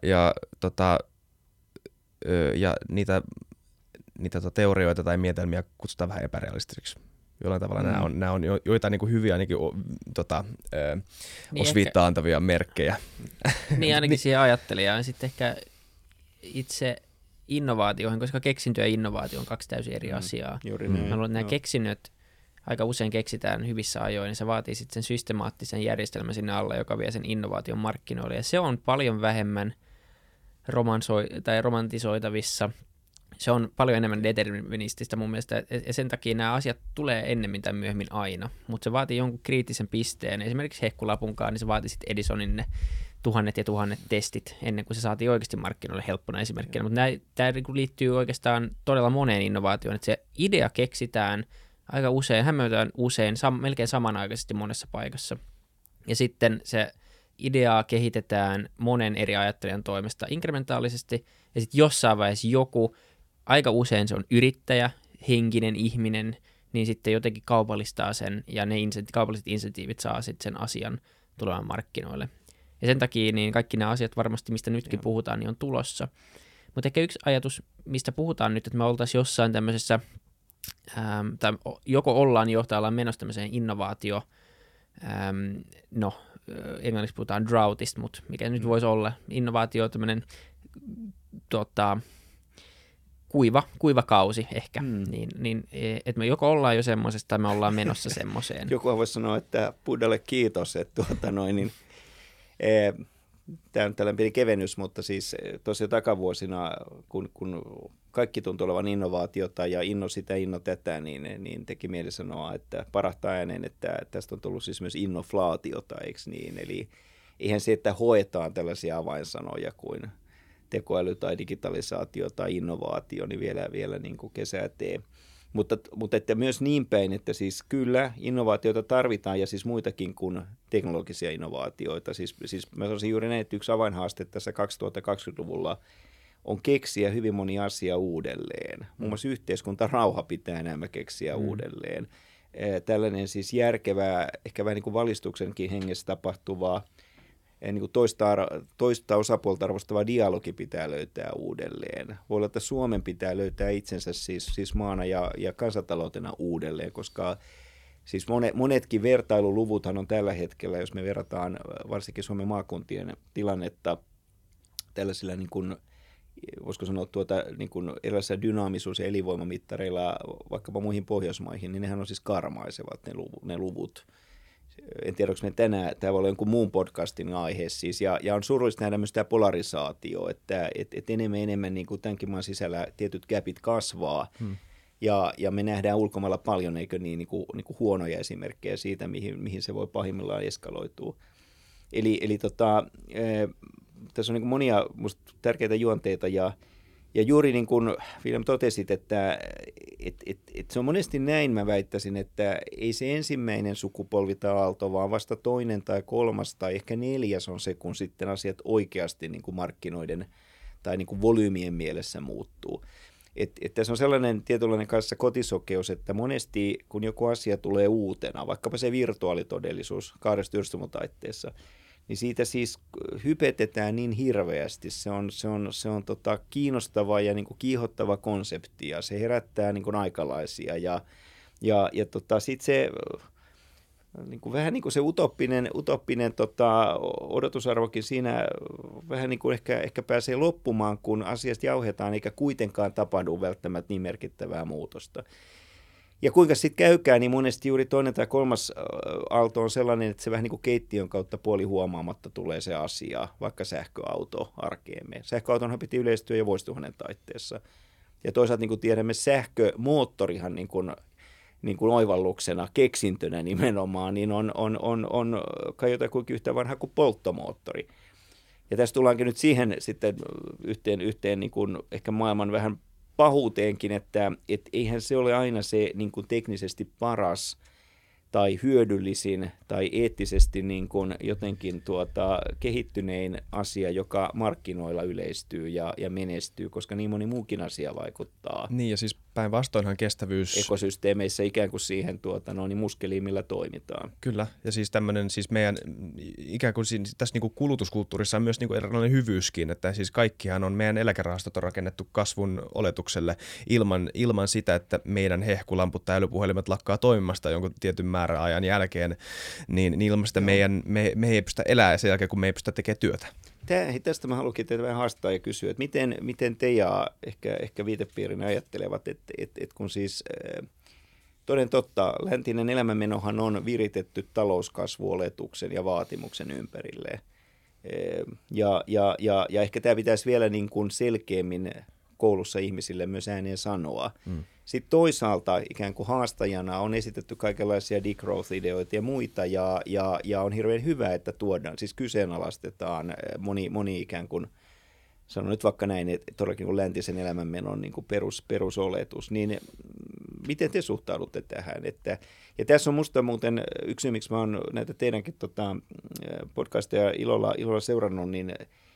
niitä teorioita tai mietelmiä kutsutaan vähän epärealistisiksi. Jollain tavalla nämä on joitain niin kuin hyviä ainakin, osviittaa antavia merkkejä. Niin ainakin siihen ajattelijaan. Ja sitten ehkä itse innovaatioihin, koska keksintö ja innovaatio on kaksi täysin eri asiaa. Juuri näin. Mä luulen, että nämä keksinnöt aika usein keksitään hyvissä ajoin, niin se vaatii sitten sen systemaattisen järjestelmän sinne alle, joka vie sen innovaation markkinoille. Ja se on paljon vähemmän romantisoitavissa. Se on paljon enemmän determinististä mun mielestä, ja sen takia nämä asiat tulee ennemmin tai myöhemmin aina. Mutta se vaatii jonkun kriittisen pisteen. Esimerkiksi hehkulapunkaan, niin se vaatii sitten Edisonin ne tuhannet ja tuhannet testit ennen kuin se saatiin oikeasti markkinoille helppona esimerkkinä. Mutta tämä liittyy oikeastaan todella moneen innovaatioon, että se idea keksitään aika usein, hämmentävän usein, melkein samanaikaisesti monessa paikassa. Ja sitten se ideaa kehitetään monen eri ajattelijan toimesta inkrementaalisesti, ja sitten jossain vaiheessa joku, aika usein se on yrittäjä, henkinen ihminen, niin sitten jotenkin kaupallistaa sen, ja ne kaupalliset insentiivit saa sitten sen asian tulemaan markkinoille. Ja sen takia niin kaikki nämä asiat varmasti, mistä nytkin puhutaan, niin on tulossa. Mutta ehkä yksi ajatus, mistä puhutaan nyt, että me oltaisiin jossain tämmöisessä tai joko ollaan ollaan menossa tämmöiseen innovaatio, englanniksi puhutaan droughtista, mutta mikä nyt voisi olla innovaatio, tämmöinen kuiva kausi ehkä, niin että me joko ollaan jo semmoisesta tai me ollaan menossa semmoiseen. Joku voisi sanoa, että Buddhalle kiitos, että tämä on tällainen pieni kevennys, mutta siis tosiaan takavuosina, kun kaikki tuntuu olevan innovaatiota ja inno tätä, niin teki mieli sanoa, että parahtaa ääneen, että tästä on tullut siis myös innoflaatiota, eikö niin? Eli eihän se, että hoetaan tällaisia avainsanoja kuin tekoäly tai digitalisaatio tai innovaatio, niin vielä niin kuin kesää tee. Mutta että myös niin päin, että siis kyllä innovaatioita tarvitaan ja siis muitakin kuin teknologisia innovaatioita. Siis mä sanoisin juuri näin, että yksi avainhaaste tässä 2020-luvulla on keksiä hyvin moni asia uudelleen. Muun muassa yhteiskuntarauha pitää enemmän keksiä uudelleen. Tällainen siis järkevää, ehkä vähän niin kuin valistuksenkin hengessä tapahtuvaa, niin kuin toista osapuolta arvostava dialogi pitää löytää uudelleen. Voi olla, että Suomen pitää löytää itsensä siis maana ja kansantaloutena uudelleen, koska Siis monetkin vertailuluvuthan on tällä hetkellä, jos me verrataan varsinkin Suomen maakuntien tilannetta tällaisilla niin kuin, voisiko sanoa niin kuin erilaisilla dynaamisuus- ja elinvoimamittareilla vaikkapa muihin Pohjoismaihin, niin nehän on siis karmaisevat ne luvut. En tiedä, onko me tänään, tämä voi olla jonkun muun podcastin aihe siis, ja on surullista nähdä myös tämä polarisaatio, että enemmän niin kuin tämänkin maan sisällä tietyt gapit kasvaa, ja me nähdään ulkomailla paljon, eikö niin kuin huonoja esimerkkejä siitä, mihin se voi pahimmillaan eskaloitua. Eli tässä on niin kuin monia musta tärkeitä juonteita, ja juuri niin kuin William totesit, että se on monesti näin, mä väittäisin, että ei se ensimmäinen sukupolvi tai aalto, vaan vasta toinen tai kolmas tai ehkä neljäs on se, kun sitten asiat oikeasti niin kuin markkinoiden tai niin kuin volyymien mielessä muuttuu. Tässä on sellainen tietynlainen kanssa kotisokeus, että monesti kun joku asia tulee uutena, vaikkapa se virtuaalitodellisuus Kahdesta Yrstumutaitteessa, niin siitä siis hypetetään niin hirveästi. Se on kiinnostava ja niin kuin kiihottava konsepti ja se herättää niin kuin aikalaisia. Ja sitten se niin kuin, vähän niin kuin se utopinen odotusarvokin siinä vähän niin kuin ehkä pääsee loppumaan, kun asiasta jauhetaan eikä kuitenkaan tapahdu välttämättä niin merkittävää muutosta. Ja kuinka sitten käykään, niin monesti juuri toinen tai kolmas aalto on sellainen, että se vähän niin kuin keittiön kautta puoli huomaamatta tulee se asia, vaikka sähköauto arkeemme. Sähköautonhan piti yleistyä jo vuosituhannen taitteessa. Ja toisaalta niin kuin tiedämme, sähkömoottorihan niin kuin oivalluksena, keksintönä nimenomaan, niin on kai jotakuinkin yhtä vanha kuin polttomoottori. Ja tässä tullaankin nyt siihen sitten yhteen niin kuin ehkä maailman vähän pahuuteenkin, että eihän se ole aina se niin kuin teknisesti paras tai hyödyllisin tai eettisesti niin kuin jotenkin kehittynein asia, joka markkinoilla yleistyy ja menestyy, koska niin moni muukin asia vaikuttaa. Niin ja siis päinvastoinhan kestävyys ekosysteemeissä ikään kuin siihen muskeliin, millä toimitaan. Kyllä, ja siis tämmöinen siis meidän ikään kuin tässä niin kuin kulutuskulttuurissa on myös niin kuin erilainen hyvyyskin, että siis kaikkihan on, meidän eläkerahastot on rakennettu kasvun oletukselle ilman sitä, että meidän hehkulamput tai älypuhelimet lakkaa toimimasta jonkun tietyn määräajan jälkeen, niin ilman sitä me ei pystytä elämään sen jälkeen, kun me ei pystytä tekemään työtä. Tästä mä haluankin teitä vähän haastaa ja kysyä, että miten te ja ehkä viitepiirinä ajattelevat, että kun siis toden totta, läntinen elämänmenohan on viritetty talouskasvuoletuksen ja vaatimuksen ympärille. Ja ehkä tämä pitäisi vielä niin kuin selkeämmin koulussa ihmisille myös ääneen sanoa. Sitten toisaalta ikään kuin haastajana on esitetty kaikenlaisia degrowth-ideoita ja muita, ja on hirveän hyvä, että tuodaan, siis kyseenalaistetaan moni ikään kuin, sanon nyt vaikka näin, että todellakin kuin läntisen elämänmenon niin kuin perusoletus, niin miten te suhtaudutte tähän? Ja tässä on musta muuten yksi, miksi mä oon näitä teidänkin podcasteja ilolla seurannut, niin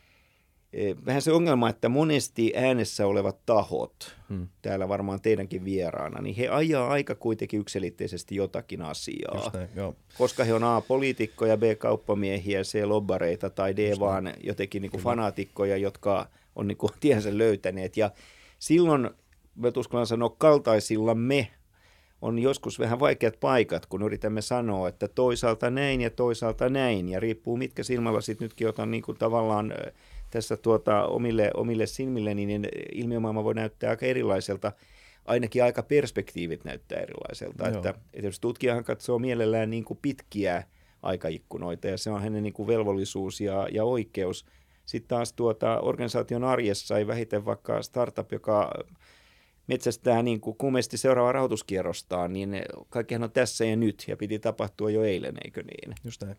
vähän se ongelma, että monesti äänessä olevat tahot, täällä varmaan teidänkin vieraana, niin he ajaa aika kuitenkin yksiselitteisesti jotakin asiaa. Näin, koska he on A, poliitikkoja, B, kauppamiehiä, C, lobbareita tai D, vaan jotenkin niin kuin fanaatikkoja, jotka on niin kuin tiensä löytäneet. Ja silloin, mä uskallan sanoa, kaltaisillamme on joskus vähän vaikeat paikat, kun yritämme sanoa, että toisaalta näin ja toisaalta näin. Ja riippuu mitkä silmälasit nytkin otan niin kuin tavallaan tässä omille silmille, niin ilmiömaailma voi näyttää aika erilaiselta, ainakin aika perspektiivit näyttää erilaiselta. Että jos tutkijahan katsoo mielellään niin kuin pitkiä aikaikkunoita, ja se on hänen niin kuin velvollisuus ja oikeus. Sitten taas organisaation arjessa ei vähiten vaikka startup, joka metsästää niin kuin kuumesti seuraavaa rahoituskierrostaan, niin kaikkihan on tässä ja nyt, ja piti tapahtua jo eilen, eikö niin? Just näin.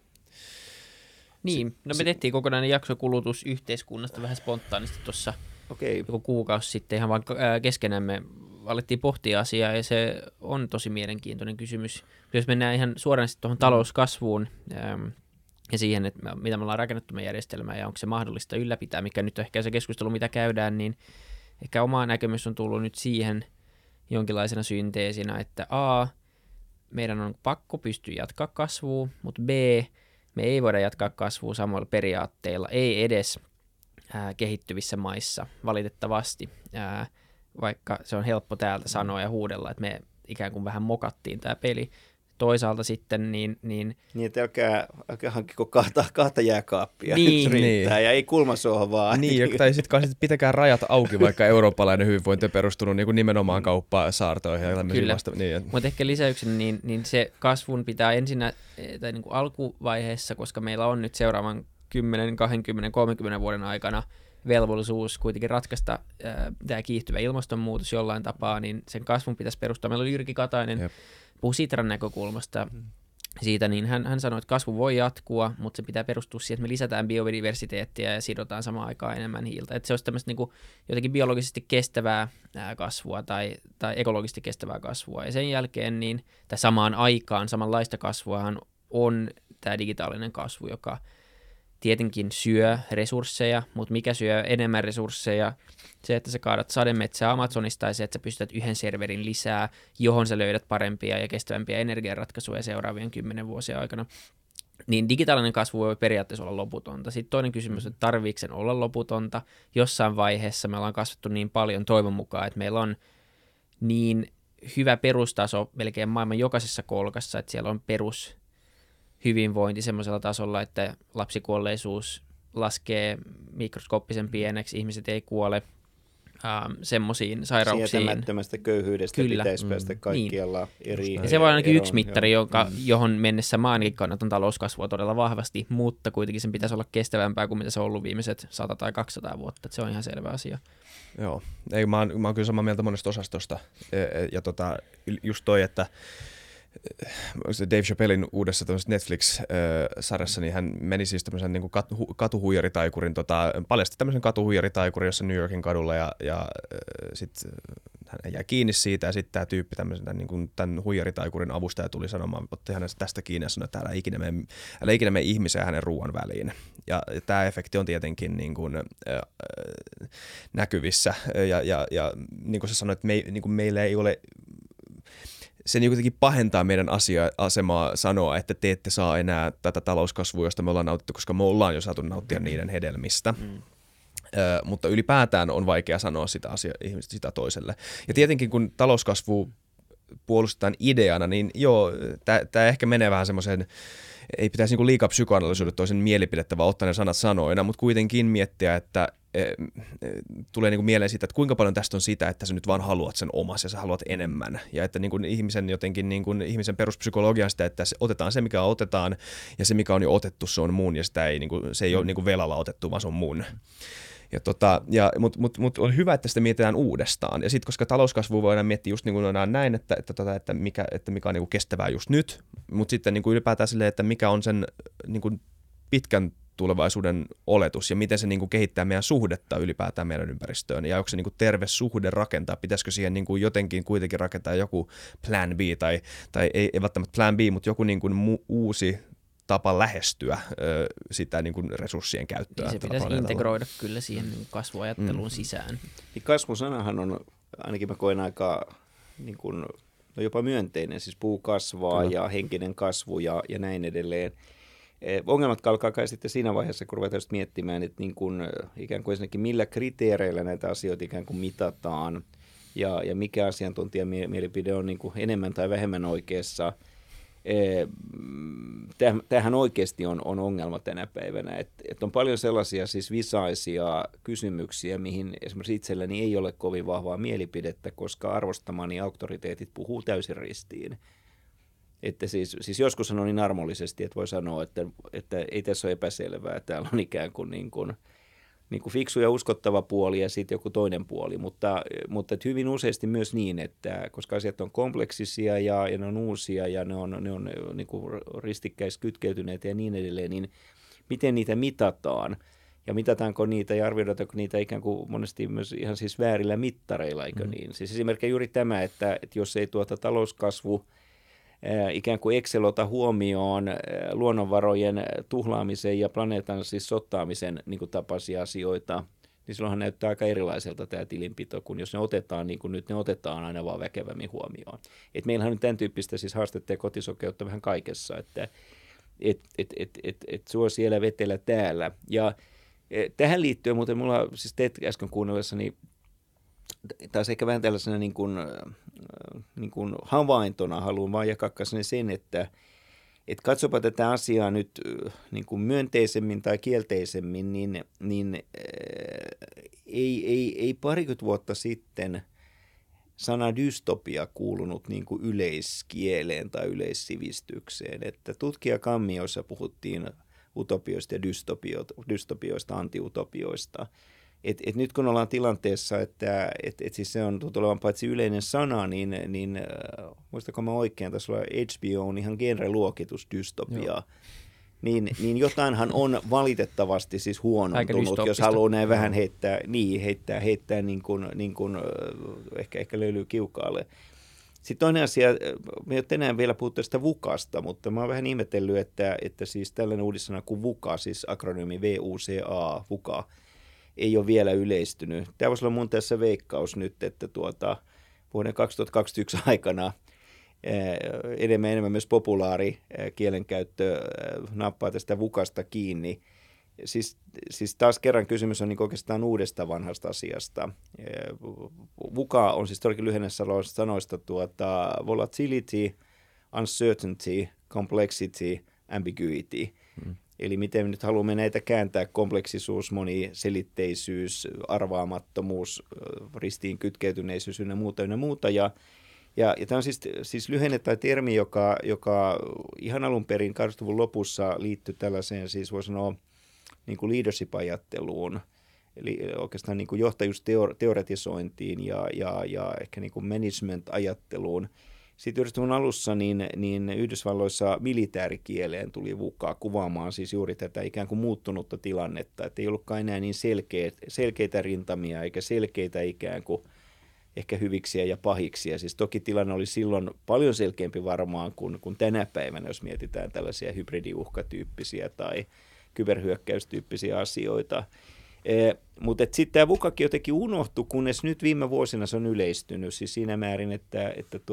Niin, no me tehtiin kokonainen jakso kulutusyhteiskunnasta vähän spontaanisti tuossa joku kuukausi sitten, ihan vaan keskenämme alettiin pohtia asiaa, ja se on tosi mielenkiintoinen kysymys. Jos mennään ihan suoraan tuohon talouskasvuun ja siihen, että mitä me ollaan rakennettu meidän järjestelmään ja onko se mahdollista ylläpitää, mikä nyt on ehkä se keskustelu, mitä käydään, niin ehkä oma näkemys on tullut nyt siihen jonkinlaisena synteesinä, että A, meidän on pakko pystyä jatkaa kasvua, mutta B, me ei voida jatkaa kasvua samoilla periaatteilla, ei edes kehittyvissä maissa valitettavasti, vaikka se on helppo täältä sanoa ja huudella, että me ikään kuin vähän mokattiin tämä peli. toisaalta sitten niin Niin, että älkää hankkiko kahta jääkaappia, niin, yksi riittää, ja ei kulmasohvaa. Niin, tai sitten pitäkää rajat auki, vaikka eurooppalainen hyvinvointi on perustunut niin kuin nimenomaan kauppaan saartoihin. Ja kyllä, niin. Mutta ehkä lisäyksenä niin se kasvun pitää ensinnä, tai niin kuin alkuvaiheessa, koska meillä on nyt seuraavan 10, 20, 30 vuoden aikana velvollisuus kuitenkin ratkaista tämä kiihtyvä ilmastonmuutos jollain tapaa, niin sen kasvun pitäisi perustaa. Meillä oli Jyrki Katainen, puhui Sitran näkökulmasta siitä, niin hän sanoi, että kasvu voi jatkua, mutta se pitää perustua siihen, että me lisätään biodiversiteettiä ja sidotaan samaan aikaan enemmän hiiltä. Että se olisi tämmöistä niin kuin jotenkin biologisesti kestävää kasvua tai ekologisesti kestävää kasvua. Ja sen jälkeen, tai samaan aikaan, samanlaista kasvuahan on tämä digitaalinen kasvu, joka tietenkin syö resursseja, mutta mikä syö enemmän resursseja? Se, että sä kaadat sademetsää Amazonista tai se, että sä pystytät yhden serverin lisää, johon sä löydät parempia ja kestävämpiä energiaratkaisuja seuraavien 10 vuosien aikana. Niin digitaalinen kasvu voi periaatteessa olla loputonta. Sitten toinen kysymys on, että tarviiko sen olla loputonta? Jossain vaiheessa me ollaan kasvattu niin paljon toivon mukaan, että meillä on niin hyvä perustaso melkein maailman jokaisessa kolkassa, että siellä on perushyvinvointi semmoisella tasolla, että lapsikuolleisuus laskee mikroskooppisen pieneksi, ihmiset ei kuole semmoisiin sairauksiin. Sietämättömästä köyhyydestä pitäisi päästä kaikkialla eri. Ja se voi ainakin yksi mittari, johon mennessä mä ainakin kannatan talouskasvua todella vahvasti, mutta kuitenkin sen pitäisi olla kestävämpää kuin mitä se on ollut viimeiset 100 tai 200 vuotta. Että se on ihan selvä asia. Joo, mä oon kyllä samaa mieltä monesta osastosta. Ja just toi, että Dave Chappellin uudessa Netflix-sarjassa, niin hän meni siis tämmöisen niin katuhuijaritaikurin, paljasti tämmöisen katuhuijaritaikurin jossain New Yorkin kadulla, ja sitten hän jäi kiinni siitä, ja sitten tämä tyyppi niin tämän huijaritaikurin avustaja tuli sanomaan, otti hänen tästä kiinni ja sanoi, että älä ikinä mene ihmisen ja hänen ruoan väliin. Ja tämä efekti on tietenkin niin kuin, näkyvissä, ja niin kuin sä sanoit, että meillä ei ole. Se niin jotenkin pahentaa meidän asemaa sanoa, että te ette saa enää tätä talouskasvua, josta me ollaan nautittu, koska me ollaan jo saatu nauttia niiden hedelmistä. Mutta ylipäätään on vaikea sanoa sitä toiselle. Ja tietenkin kun talouskasvu puolustetaan ideana, niin joo, tämä ehkä menee vähän semmoiseen, ei pitäisi niin liikaa psykoanalysoida toisen mielipidettä, vaan ottaa ne sanat sanoina, mutta kuitenkin miettiä, että tulee niin kuin mieleen siitä, että kuinka paljon tästä on sitä, että sä nyt vaan haluat sen omas ja sä haluat enemmän. Ja että niin kuin ihmisen peruspsykologia sitä, että otetaan se, mikä otetaan, ja se, mikä on jo otettu, se on mun, ja sitä ei, niin kuin, se ei ole niin kuin velalla otettu, vaan se on mun. Mutta on hyvä, että sitä mietitään uudestaan. Ja sitten, koska talouskasvua voidaan miettiä just niin kuin näin, että mikä on niin kuin kestävää just nyt, mutta sitten niin kuin ylipäätään silleen, että mikä on sen niin kuin pitkän tulevaisuuden oletus ja miten se niin kuin kehittää meidän suhdetta ylipäätään meidän ympäristöön ja onko se niin kuin terve suhde rakentaa, pitäisikö siihen niin kuin jotenkin kuitenkin rakentaa joku plan B tai ei välttämättä plan B, mutta joku niin kuin uusi tapa lähestyä sitä niin kuin resurssien käyttöä. Ja se pitäisi integroida kyllä siihen kasvuajatteluun sisään. Kasvusanahan on, ainakin mä koen aika niin kuin, jopa myönteinen, siis puu kasvaa ja henkinen kasvu ja näin edelleen. Ongelmat alkaa kai sitten siinä vaiheessa, kun ruvetaan just miettimään, että niin kuin, ikään kuin ensinnäkin millä kriteereillä näitä asioita ikään kuin mitataan ja mikä asiantuntijan mielipide on niin kuin enemmän tai vähemmän oikeassa. Tämähän oikeasti on ongelma tänä päivänä, että on paljon sellaisia siis visaisia kysymyksiä, mihin esimerkiksi itselläni ei ole kovin vahvaa mielipidettä, koska arvostamani auktoriteetit puhuu täysin ristiin. Että siis joskus on niin armollisesti, että voi sanoa, että ei tässä ole epäselvää, täällä on ikään kuin, niin kuin fiksu ja uskottava puoli ja sitten joku toinen puoli, mutta hyvin useasti myös niin, että koska asiat on kompleksisia ja ne on uusia ja ne on niin kuin ristikkäiskytkeytyneitä ja niin edelleen, niin miten niitä mitataan ja mitataanko niitä ja arvioidaanko niitä ikään kuin monesti myös ihan siis väärillä mittareilla, eikö niin? Siis esimerkiksi juuri tämä, että jos ei talouskasvu ikään kuin Excel ota huomioon luonnonvarojen tuhlaamisen ja planeetan siis sottaamisen niin kuin tapaisia asioita, niin silloinhan näyttää aika erilaiselta tämä tilinpito, kun jos ne otetaan niin kuin nyt ne otetaan aina vaan väkevämmin huomioon. Et meillähän on nyt tämän tyyppistä siis haastetta ja kotisokeutta vähän kaikessa, että suo siellä vetellä täällä. Ja tähän liittyen muuten mulla siis teet äsken kuunnellessani taas ehkä vähän tällaisena niin kuin havaintona haluan vaan jakaa sen, että katsopa tätä asiaa nyt niin kuin myönteisemmin tai kielteisemmin, niin ei parikymmentä vuotta sitten sana dystopia kuulunut niin kuin yleiskieleen tai yleissivistykseen. Että tutkijakammioissa puhuttiin utopioista ja dystopioista, antiutopioista. Et nyt kun ollaan tilanteessa, että siis se on tullut olevan paitsi yleinen sana, niin muistako mä oikein, tässä on HBO on ihan genre-luokitus dystopia. Niin jotainhan on valitettavasti siis huonontunut, jos haluaa näin vähän heittää niin kuin ehkä löylyy kiukaalle. Sitten toinen asia, me ei ole tänään vielä puhuttu tästä VUCasta, mutta mä oon vähän ihmetellyt, että siis tällainen uudissana kuin VUCA, siis akronyymi VUCA, VUCA, ei ole vielä yleistynyt. Tämä voisi olla mun tässä veikkaus nyt, että vuoden 2021 aikana enemmän myös populaari kielenkäyttö nappaa tästä VUCasta kiinni. Siis taas kerran kysymys on niin oikeastaan uudesta vanhasta asiasta. VUCA on siis todellakin lyhenne sanoista volatility, uncertainty, complexity, ambiguity. Eli miten me nyt haluamme näitä kääntää: kompleksisuus, moniselitteisyys, arvaamattomuus, ristiin kytkeytyneisyys ynnä muuta. Ja tämä on siis lyhenne tai termi, joka ihan alun perin 80-luvun lopussa liittyi tällaiseen, siis voi sanoa, niin kuin leadership-ajatteluun, eli oikeastaan niin kuin johtajuusteoretisointiin ja ehkä niin kuin management-ajatteluun. Sitten 90-luvun alussa niin Yhdysvalloissa militaarikieleen tuli VUCA kuvaamaan siis juuri tätä ikään kuin muuttunutta tilannetta, että ei ollutkaan enää niin selkeitä rintamia eikä selkeitä ikään kuin ehkä hyviksiä ja pahiksia. Siis toki tilanne oli silloin paljon selkeämpi varmaan kuin tänä päivänä, jos mietitään tällaisia hybridiuhkatyyppisiä tai kyberhyökkäystyyppisiä asioita. Mutta sitten tämä VUCAkin jotenkin unohtui, kunnes nyt viime vuosina se on yleistynyt siis siinä määrin, että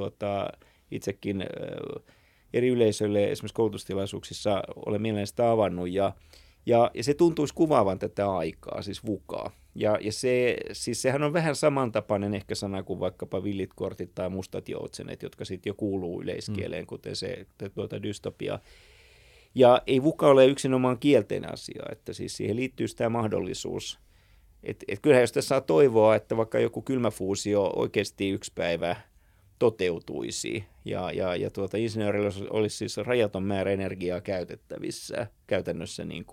itsekin eri yleisöille esimerkiksi koulutustilaisuuksissa olen mielelläni sitä avannut ja se tuntuisi kuvaavan tätä aikaa, siis VUCA. Ja sehän on vähän samantapainen ehkä sana kuin vaikkapa villit kortit tai mustat joutsenet, jotka sitten jo kuuluu yleiskieleen, kuten se dystopia. Ja ei VUCA ole yksinomaan kielteinen asia, että siis siihen liittyy tämä mahdollisuus. Että kyllähän jos tässä saa toivoa, että vaikka joku kylmäfuusio oikeasti yksi päivä toteutuisi ja insinöörillä olisi siis rajaton määrä energiaa käytettävissä käytännössä niin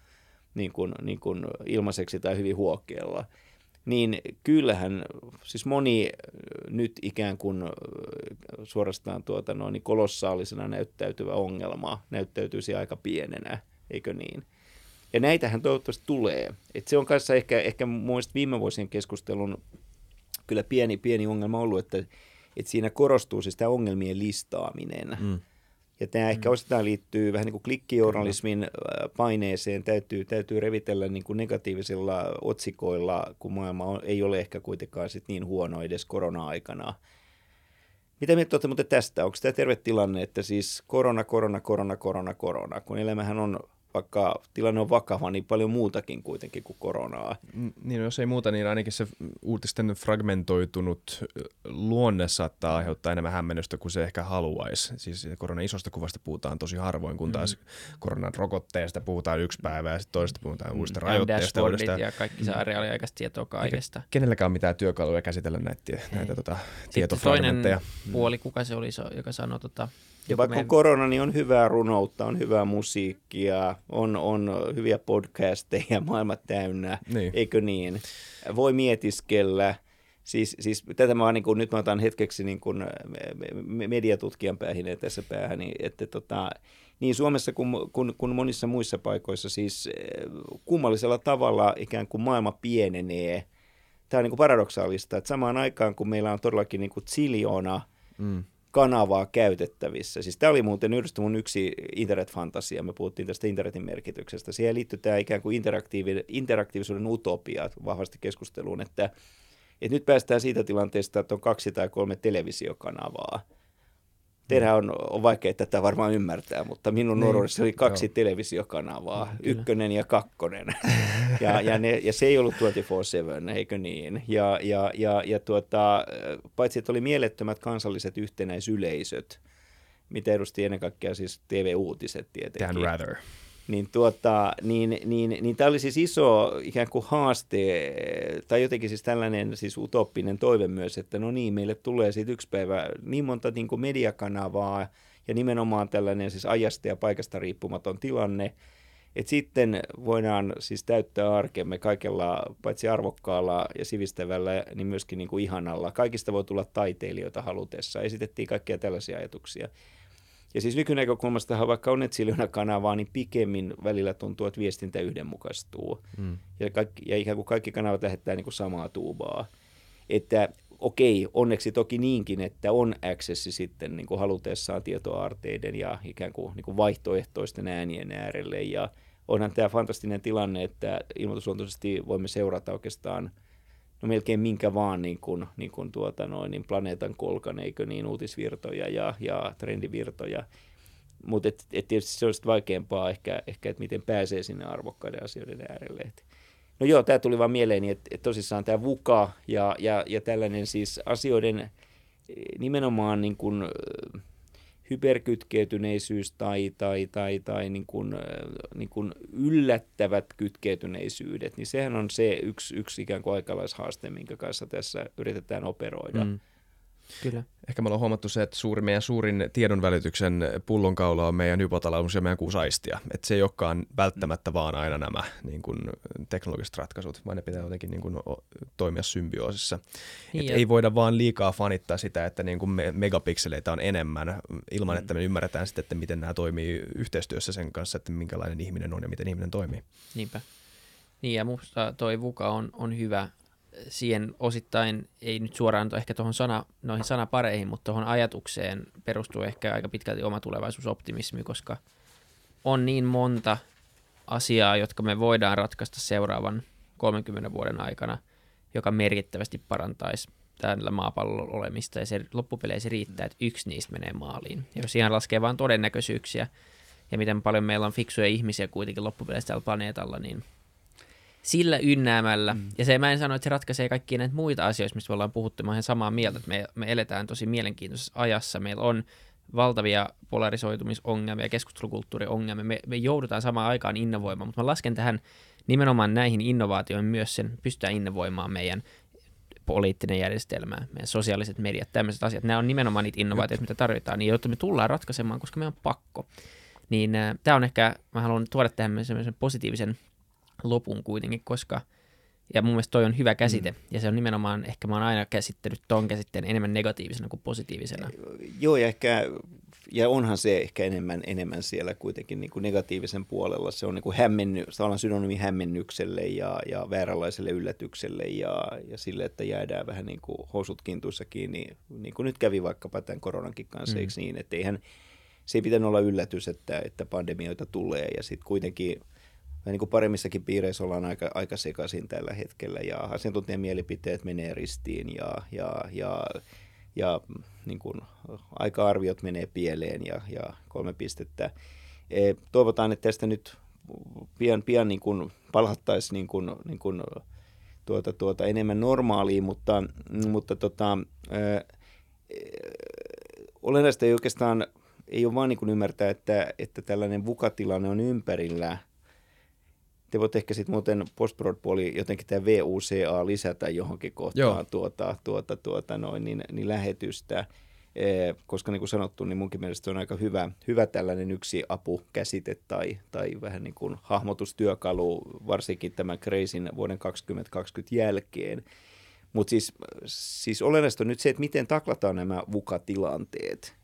kuin ilmaiseksi tai hyvin huokealla, niin kyllähän siis moni nyt ikään kuin suorastaan kolossaalisena näyttäytyvä ongelma näyttäytyisi aika pienenä, eikö niin? Ja näitähän toivottavasti tulee. Et se on kanssa ehkä muista viime vuosien keskustelun kyllä pieni ongelma ollut, että siinä korostuu siis tämä ongelmien listaaminen. Ja tämä ehkä osittain liittyy vähän niin kuin klikkijournalismin paineeseen, täytyy revitellä niin kuin negatiivisilla otsikoilla, kun maailma ei ole ehkä kuitenkaan sit niin huono edes korona-aikana. Mitä mieltä olette muuten tästä? Onko tämä terve tilanne, että siis korona, kun elämähän on, vaikka tilanne on vakava, niin paljon muutakin kuitenkin kuin koronaa. Niin, jos ei muuta, niin ainakin se uutisten fragmentoitunut luonne saattaa aiheuttaa enemmän hämmennystä kuin se ehkä haluaisi. Siis koronan isosta kuvasta puhutaan tosi harvoin, kun taas koronan rokotteesta puhutaan yksi päivä ja sitten toisesta puhutaan uudesta rajoitteesta. Ja kaikki saa reaaliaikaista tietoa kaikesta. Eikä kenelläkään on mitään työkaluja käsitellä näitä tietofragmentteja. Toinen puoli, kuka se oli, joka sanoi ja vaikka on korona, niin on hyvää runoutta, on hyvää musiikkia, on hyviä podcasteja, maailma täynnä, niin. Eikö niin? Voi mietiskellä. Siis tätä mä niin nyt mä otan hetkeksi niin kuin mediatutkijan päähineen tässä päähän, että niin Suomessa kuin monissa muissa paikoissa siis kummallisella tavalla ikään kuin maailma pienenee. Tämä on niin kuin paradoksaalista, että samaan aikaan kun meillä on todellakin niin kuin ziljoona kanavaa käytettävissä. Siis tämä oli muuten mun yksi internetfantasia. Me puhuttiin tästä internetin merkityksestä. Siihen liittyy tämä ikään kuin interaktiivisuuden utopia vahvasti keskusteluun, että nyt päästään siitä tilanteesta, että on 2 tai 3 televisiokanavaa. Teidän on vaikea tätä varmaan ymmärtää, mutta minun nuoruudessa oli 2 televisiokanavaa, 1 ja 2. ja se ei ollut 24/7, eikö niin? Paitsi että oli mielettömät kansalliset yhtenäisyleisöt, mitä edusti ennen kaikkea siis TV-uutiset tietenkin. Dan Rather. Niin tämä oli siis iso ikään kuin haaste, tai jotenkin siis tällainen siis utopinen toive myös, että no niin, meille tulee sitten yksi päivä niin monta niin kuin mediakanavaa ja nimenomaan tällainen siis ajasta ja paikasta riippumaton tilanne, että sitten voidaan siis täyttää arkemme kaikella paitsi arvokkaalla ja sivistävällä, niin myöskin niin kuin ihanalla. Kaikista voi tulla taiteilijoita halutessa. Esitettiin kaikkia tällaisia ajatuksia. Ja siis nykynäkökulmastahan vaikka on Netsiljoona-kanavaa, niin pikemmin välillä tuntuu, että viestintä yhdenmukaistuu. Ja ikään kuin kaikki kanavat lähettää niin kuin samaa tuubaa. Että okei, onneksi toki niinkin, että on accessi sitten niin kuin halutessaan tietoaarteiden ja ikään kuin vaihtoehtoisten äänien äärelle. Ja onhan tämä fantastinen tilanne, että ilmoitusluontoisesti voimme seurata oikeastaan melkein minkä vaan niin planeetan kolkan, eikö niin, uutisvirtoja ja trendivirtoja. Mutta tietysti se olisi vaikeampaa ehkä, että miten pääsee sinne arvokkaiden asioiden äärelle. No joo, tämä tuli vaan mieleeni, että tosissaan tämä VUCA ja tällainen siis asioiden nimenomaan niin kuin hyperkytkeytyneisyys tai niin kuin yllättävät kytkeytyneisyydet, niin sehän on se yksi ikään kuin aikalaishaaste, minkä kanssa tässä yritetään operoida. Kyllä. Ehkä me ollaan huomattu se, että meidän suurin tiedonvälityksen pullonkaula on meidän hypotalamus ja meidän 6 aistia. Että se ei olekaan välttämättä vaan aina nämä niin kuin teknologiset ratkaisut, vaan ne pitää jotenkin niin kuin toimia symbioosissa. Niin ei voida vaan liikaa fanittaa sitä, että niin kuin megapikseleitä on enemmän, ilman että me ymmärretään sitten, että miten nämä toimii yhteistyössä sen kanssa, että minkälainen ihminen on ja miten ihminen toimii. Niinpä. Niin ja musta toi VUCA on hyvä. Siihen osittain, ei nyt suoraan ehkä noihin sanapareihin, mutta tuohon ajatukseen perustuu ehkä aika pitkälti oma tulevaisuusoptimismi, koska on niin monta asiaa, jotka me voidaan ratkaista seuraavan 30 vuoden aikana, joka merkittävästi parantaisi tällä maapallolla olemista, ja se loppupeleissä riittää, että yksi niistä menee maaliin. Ja jos ihan laskee vain todennäköisyyksiä, ja miten paljon meillä on fiksuja ihmisiä kuitenkin loppupeleissä tällä planeetalla, niin sillä ynnäämällä, ja se mä en sano, että se ratkaisee kaikkia näitä muita asioita, mistä me ollaan puhuttu, mä olen samaa mieltä, että me eletään tosi mielenkiintoisessa ajassa, meillä on valtavia polarisoitumisongelmia, keskustelukulttuuriongelmia, me joudutaan samaan aikaan innovoimaan, mutta mä lasken tähän nimenomaan näihin innovaatioihin myös sen, pystytään innovoimaan meidän poliittinen järjestelmä, meidän sosiaaliset mediat, tämmöiset asiat, nämä on nimenomaan niitä innovaatioita, mitä tarvitaan, niin jotta me tullaan ratkaisemaan, koska meidän on pakko. Niin tämä on ehkä, mä haluan tuoda tähän semmoisen positiivisen lopun kuitenkin, koska, ja mun mielestä toi on hyvä käsite, ja se on nimenomaan, ehkä mä oon aina käsittänyt ton käsitteen enemmän negatiivisena kuin positiivisena. Joo, ja onhan se ehkä enemmän siellä kuitenkin niin kuin negatiivisen puolella. Se on niin kuin synonyymi hämmennykselle ja vääränlaiselle yllätykselle ja sille, että jäädään vähän niin kuin housut kintuissa kiinni, niin kuin nyt kävi vaikkapa tämän koronankin kanssa, eikö niin, että se ei pitänyt olla yllätys, että pandemioita tulee, ja sitten kuitenkin niin kuin paremmissakin piireissä ollaan aika sekaisin tällä hetkellä, ja asiantuntijan mielipiteet menee ristiin, ja niin kuin aika-arviot menee pieleen, ja 3 pistettä. Toivotaan, että tästä nyt pian niin kuin palattaisiin niin kuin enemmän normaaliin, mutta olennaista ei oikeastaan ei ole vaan niin kuin ymmärtää, että tällainen VUCA-tilanne on ympärillä. Te voitte ehkä sitten muuten post-prod-puoli jotenkin tämä VUCA lisätä johonkin kohtaan niin lähetystä, koska niin kuin sanottu, niin munkin mielestä on aika hyvä tällainen yksi apukäsite tai vähän niin kuin hahmotustyökalu, varsinkin tämän Crazyn vuoden 2020 jälkeen. Mutta siis olennaista on nyt se, että miten taklataan nämä VUCA-tilanteet.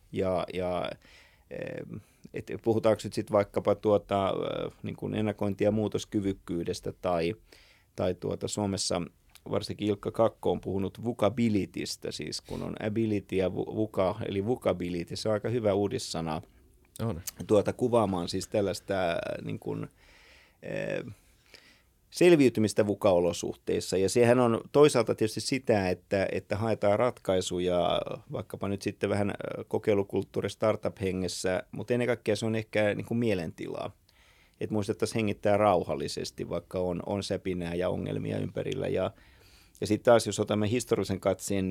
Puhutaanko nyt sitten vaikkapa niin kuin ennakointi- ja muutoskyvykkyydestä tai Suomessa varsinkin Ilkka Kakko on puhunut VUCabilitystä, siis kun on ability ja VUCA, eli VUCability, se on aika hyvä uudissana kuvaamaan siis tällaista niin kuin, selviytymistä VUCA-olosuhteissa. Ja sehän on toisaalta tietysti sitä, että haetaan ratkaisuja vaikkapa nyt sitten vähän kokeilukulttuuri startup-hengessä, mutta ennen kaikkea se on ehkä niin kuin mielentilaa. Että muistettaisiin hengittää rauhallisesti, vaikka on säpinää ja ongelmia ympärillä. Ja sitten taas, jos otamme historiallisen katseen,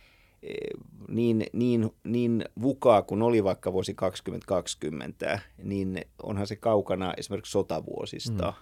niin VUCA, kun oli vaikka vuosi 2020, niin onhan se kaukana esimerkiksi sotavuosista.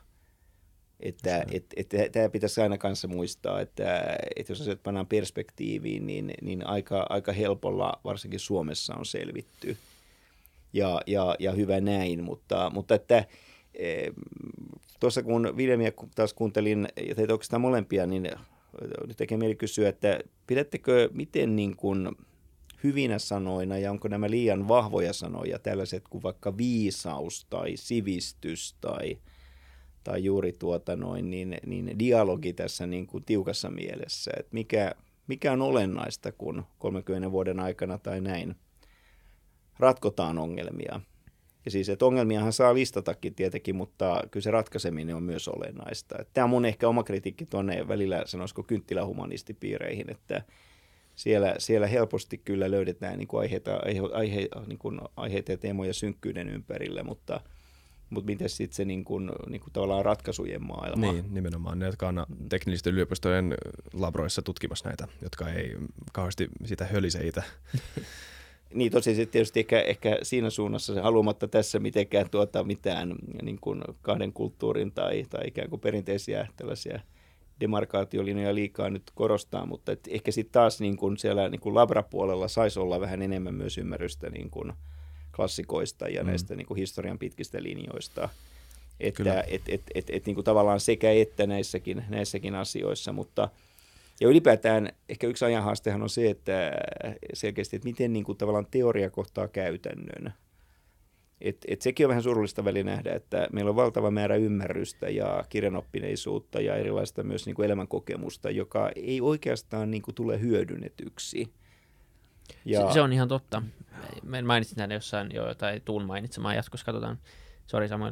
Tämä pitäisi aina kanssa muistaa, että jos asiat pannaan perspektiiviin, niin aika helpolla varsinkin Suomessa on selvitty. Ja hyvä näin, mutta että tuossa kun Vilhelmiä taas kuuntelin, ja teitä oikeastaan molempia, niin nyt tekee mieli kysyä, että pidättekö miten niin kuin hyvinä sanoina, ja onko nämä liian vahvoja sanoja, tällaiset kuin vaikka viisaus tai sivistys tai juuri niin dialogi tässä niin kuin tiukassa mielessä, että mikä on olennaista, kun 30 vuoden aikana tai näin ratkotaan ongelmia. Ja siis, että ongelmiahan saa listatakin tietenkin, mutta kyllä se ratkaiseminen on myös olennaista. Tämä on mun ehkä oma kritiikki tuonne välillä, sanoisiko kynttilähumanistipiireihin, että siellä helposti kyllä löydetään niin kuin aiheita ja teemoja synkkyyden ympärillä, mutta miten sitten se niin kuin tavallaan ratkaisujen maailma? Niin, nimenomaan ne, jotka on teknillisten yliopistojen labroissa tutkimassa näitä, jotka ei kauheasti sitä hölise itse. Niin tosiaan tietysti ehkä siinä suunnassa se haluamatta tässä mitenkään mitään niin kuin kahden kulttuurin tai ikään kuin perinteisiä tällaisia demarkaatiolinjoja liikaa nyt korostaa, mutta ehkä sitten taas niin kuin siellä niin kuin labrapuolella saisi olla vähän enemmän myös ymmärrystä niin kuin klassikoista ja näistä niin kuin historian pitkistä linjoista. Että niin kuin tavallaan sekä että näissäkin asioissa, mutta ja ylipäätään ehkä yksi ajanhaastehan on se, että selkeästi, että miten niin kuin tavallaan teoria kohtaa käytännön. Et sekin on vähän surullista väliin nähdä, että meillä on valtava määrä ymmärrystä ja kirjanoppineisuutta ja erilaista myös niin kuin elämänkokemusta, joka ei oikeastaan niin kuin tule hyödynnetyksi. Ja se on ihan totta. Mainitsin tänne jossain jo, tai tuun mainitsemaan jatkossa, katsotaan. Sori Samuel.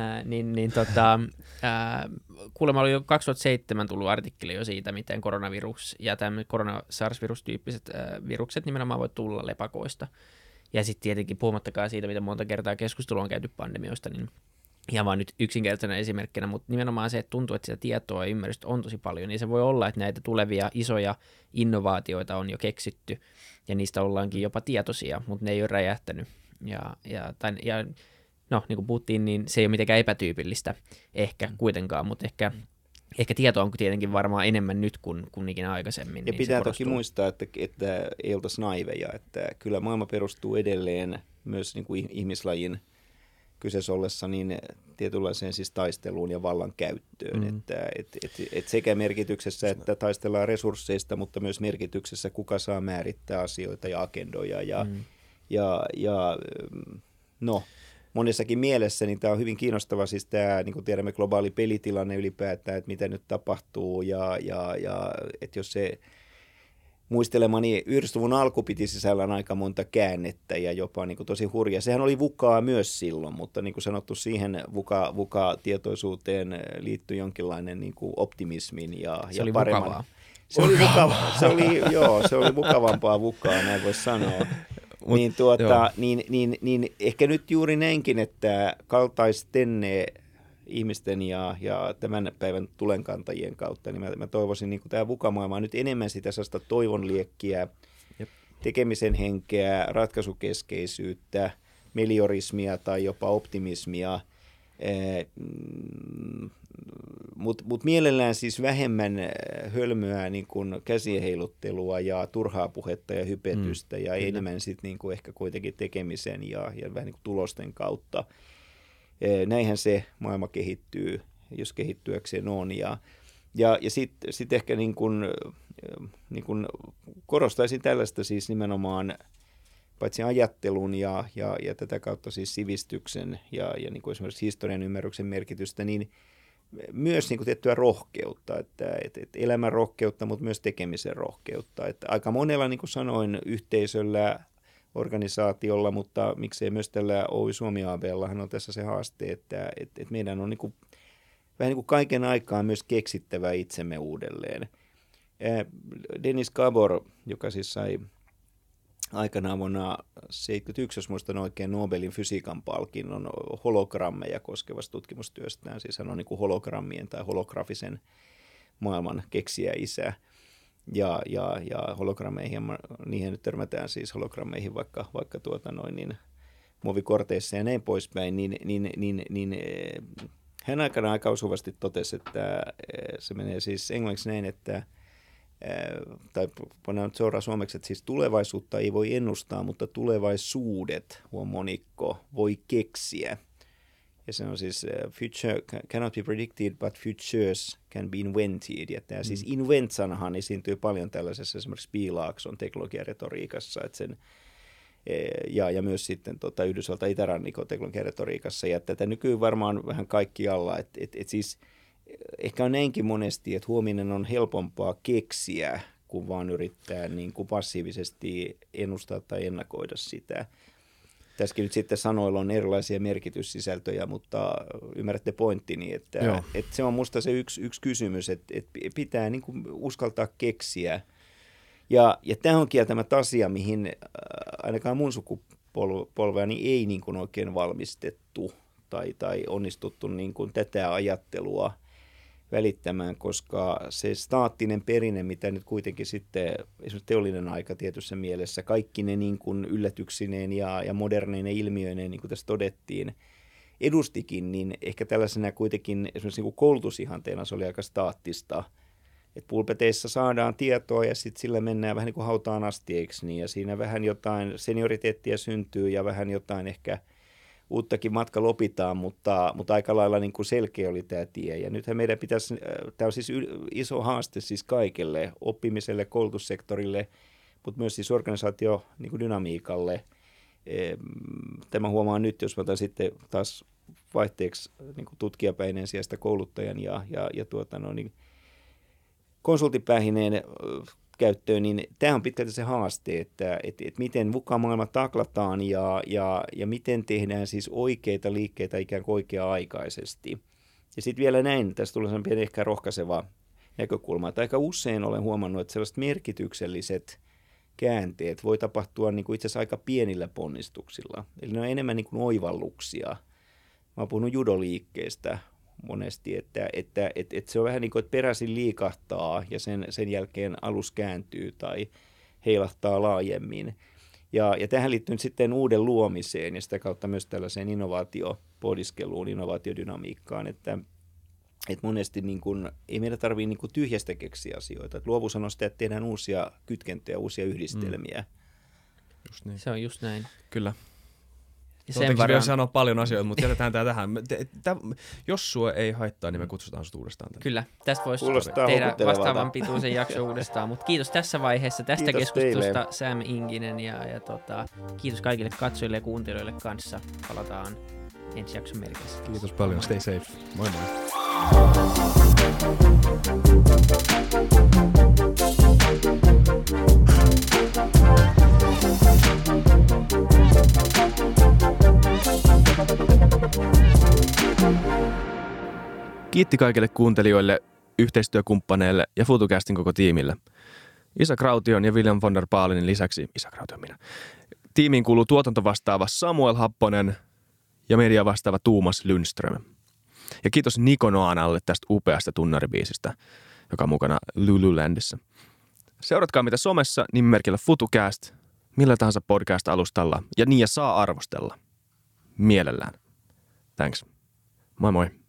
Kuulemma oli jo 2007 tullut artikkeli jo siitä, miten koronavirus ja tämmöiset korona-SARS-virustyyppiset virukset nimenomaan voi tulla lepakoista. Ja sitten tietenkin puhumattakaan siitä, miten monta kertaa keskustelua on käyty pandemioista, niin ihan vaan nyt yksinkertaisena esimerkkinä, mutta nimenomaan se, että tuntuu, että sitä tietoa ja ymmärrystä on tosi paljon, niin se voi olla, että näitä tulevia isoja innovaatioita on jo keksitty, ja niistä ollaankin jopa tietoisia, mutta ne ei ole räjähtänyt. No, niin kuin puhuttiin, niin se ei ole mitenkään epätyypillistä ehkä kuitenkaan, mutta ehkä tietoa on tietenkin varmaan enemmän nyt kuin ikinä aikaisemmin. Ja niin pitää toki muistaa, että ei oltaisi naiveja, että kyllä maailma perustuu edelleen myös niin kuin ihmislajin kyseessä ollessa niin tietynlaiseen siis taisteluun ja vallan käyttöön. Että sekä merkityksessä, että taistellaan resursseista, mutta myös merkityksessä, kuka saa määrittää asioita ja agendoja. Monessakin mielessä niin tämä on hyvin kiinnostava, siis tämä, niin kuin tiedämme, globaali pelitilanne ylipäätään, että mitä nyt tapahtuu, ja että jos se muistelemani 90-luvun alku piti sisällään aika monta käännettä ja jopa niin kuin tosi hurja. Sehän oli VUCAa myös silloin, mutta niin kuin sanottu, siihen VUCA-tietoisuuteen liittyi jonkinlainen niin kuin optimismin ja oli paremman. mukavaa. Se oli mukavampaa VUCAa, näin voisi sanoa. Niin ehkä nyt juuri näinkin, että kaltaisten ihmisten ja tämän päivän tulenkantajien kautta, niin mä toivoisin niin tämä VUCA-maailma nyt enemmän sitä sellaista toivonliekkiä, tekemisen henkeä, ratkaisukeskeisyyttä, meliorismia tai jopa optimismia, mutta mielellään siis vähemmän hölmöä niin kuin käsien heiluttelua ja turhaa puhetta ja hypetystä ja enemmän sitten niin kuin ehkä kuitenkin tekemisen ja vähän niin kuin tulosten kautta. Näinhän se maailma kehittyy, jos kehittyäkseen on. Ja sitten ehkä niin kuin korostaisin tällaista siis nimenomaan paitsi ajattelun ja tätä kautta siis sivistyksen ja niin kuin esimerkiksi historian ymmärryksen merkitystä, niin myös niin kuin tiettyä rohkeutta, että elämän rohkeutta, mutta myös tekemisen rohkeutta. Että aika monella, niin kuin sanoin, yhteisöllä, organisaatiolla, mutta miksei myös tällä Oy Suomi AB:llahan on tässä se haaste, että meidän on niin kuin vähän niin kuin kaiken aikaa myös keksittävä itsemme uudelleen. Denis Gabor, joka siis sai aikanaan vuonna 1971, jos muistan oikein, Nobelin fysiikan palkinnon hologrammeja koskevasta tutkimustyöstään. Siis hän on niin kuin hologrammien tai holografisen maailman keksijä isä. Ja hologrammeihin, niihin nyt törmätään siis hologrammeihin vaikka muovikorteissa ja näin poispäin, niin hän aikanaan aika osuvasti totesi, että se menee siis englanniksi näin, että tai pannaan nyt suoraan suomeksi, että siis tulevaisuutta ei voi ennustaa, mutta tulevaisuudet, monikko, voi keksiä. Ja se on siis future cannot be predicted, but futures can be invented. Ja tämä siis invent-sanahan esiintyy paljon tällaisessa esimerkiksi Piilaakson teknologiaretoriikassa, että sen, ja myös sitten Yhdysvaltain itärannikon teknologiaretoriikassa. Ja tätä nykyään varmaan vähän kaikkialla, että siis ehkä on näinkin monesti, että huominen on helpompaa keksiä, kun vaan yrittää niin kuin passiivisesti ennustaa tai ennakoida sitä. Tässäkin nyt sitten sanoilla on erilaisia merkityssisältöjä, mutta ymmärrätte pointtini, että se on musta se yksi kysymys, että pitää niin kuin uskaltaa keksiä. Ja tämä on kieltämättä asia, mihin ainakaan mun sukupolveani ei niin kuin oikein valmistettu tai onnistuttu niin kuin tätä ajattelua välittämään, koska se staattinen perinne, mitä nyt kuitenkin sitten esimerkiksi teollinen aika tietyssä mielessä, kaikki ne niin kuin yllätyksineen ja moderneinen ilmiöineen, niin kuin tässä todettiin, edustikin, niin ehkä tällaisena kuitenkin esimerkiksi niin kuin koulutusihanteena se oli aika staattista. Että pulpeteissa saadaan tietoa ja sitten sillä mennään vähän niin kuin hautaan asti, eikö niin? Ja siinä vähän jotain senioriteettia syntyy ja vähän jotain ehkä uuttakin matka lopitaan, mutta aika lailla niin kuin selkeä oli tämä tie. Ja nythän meidän pitäisi, tämä on siis iso haaste siis kaikille, oppimiselle, koulutussektorille, mutta myös siis organisaatiodynamiikalle. Tämä huomaa nyt, jos mä otan sitten taas vaihteeksi niin kuin tutkijapäineen sijasta kouluttajan ja konsulttipäihineen käyttöön, niin tämä on pitkälti se haaste, että miten maailma taklataan ja miten tehdään siis oikeita liikkeitä ikään kuin oikea-aikaisesti. Ja sitten vielä näin, tässä tulee sellainen ehkä rohkaiseva näkökulma, että aika usein olen huomannut, että sellaiset merkitykselliset käänteet voi tapahtua niin kuin itse asiassa aika pienillä ponnistuksilla. Eli ne on enemmän niin kuin oivalluksia. Mä oon puhunut judoliikkeestä monesti, että se on vähän niin kuin, että peräisin liikahtaa ja sen jälkeen alus kääntyy tai heilahtaa laajemmin. Ja tähän liittyy sitten uuden luomiseen ja sitä kautta myös tällaiseen innovaatiopohdiskeluun, innovaatiodynamiikkaan, että monesti niin kuin, ei meidän tarvitse niin kuin tyhjästä keksiä asioita. Että luovuus on sitä, että tehdään uusia kytkentöjä, uusia yhdistelmiä. Just niin. Se on just näin. Kyllä. Ja sen varaan sanoa paljon asioita, mutta jätetään tämä tähän. Jos sua ei haittaa, niin me kutsutaan sut uudestaan tänne. Kyllä, tästä voisi tehdä vastaavan pituisen jakson uudestaan, mutta kiitos tässä vaiheessa tästä keskustelusta Sam Inkinen ja kiitos kaikille katsojille ja kuuntelijoille kanssa. Palataan ensi jakson merkissä. Kiitos paljon, stay safe. Moi moi. Kiitti kaikille kuuntelijoille, yhteistyökumppaneille ja FutuCastin koko tiimille. Isa Kraution ja William von der Baalinin lisäksi, Isa Krautio minä, tiimiin kuuluu tuotantovastaava Samuel Happonen ja media vastaava Tuomas Lundström. Ja kiitos Niko Noanalle tästä upeasta tunnaribiisistä, joka on mukana Lululandissa. Seuratkaa mitä somessa nimimerkillä FutuCast, millä tahansa podcast-alustalla ja niin ja saa arvostella. Mielellään. Thanks. Moi moi.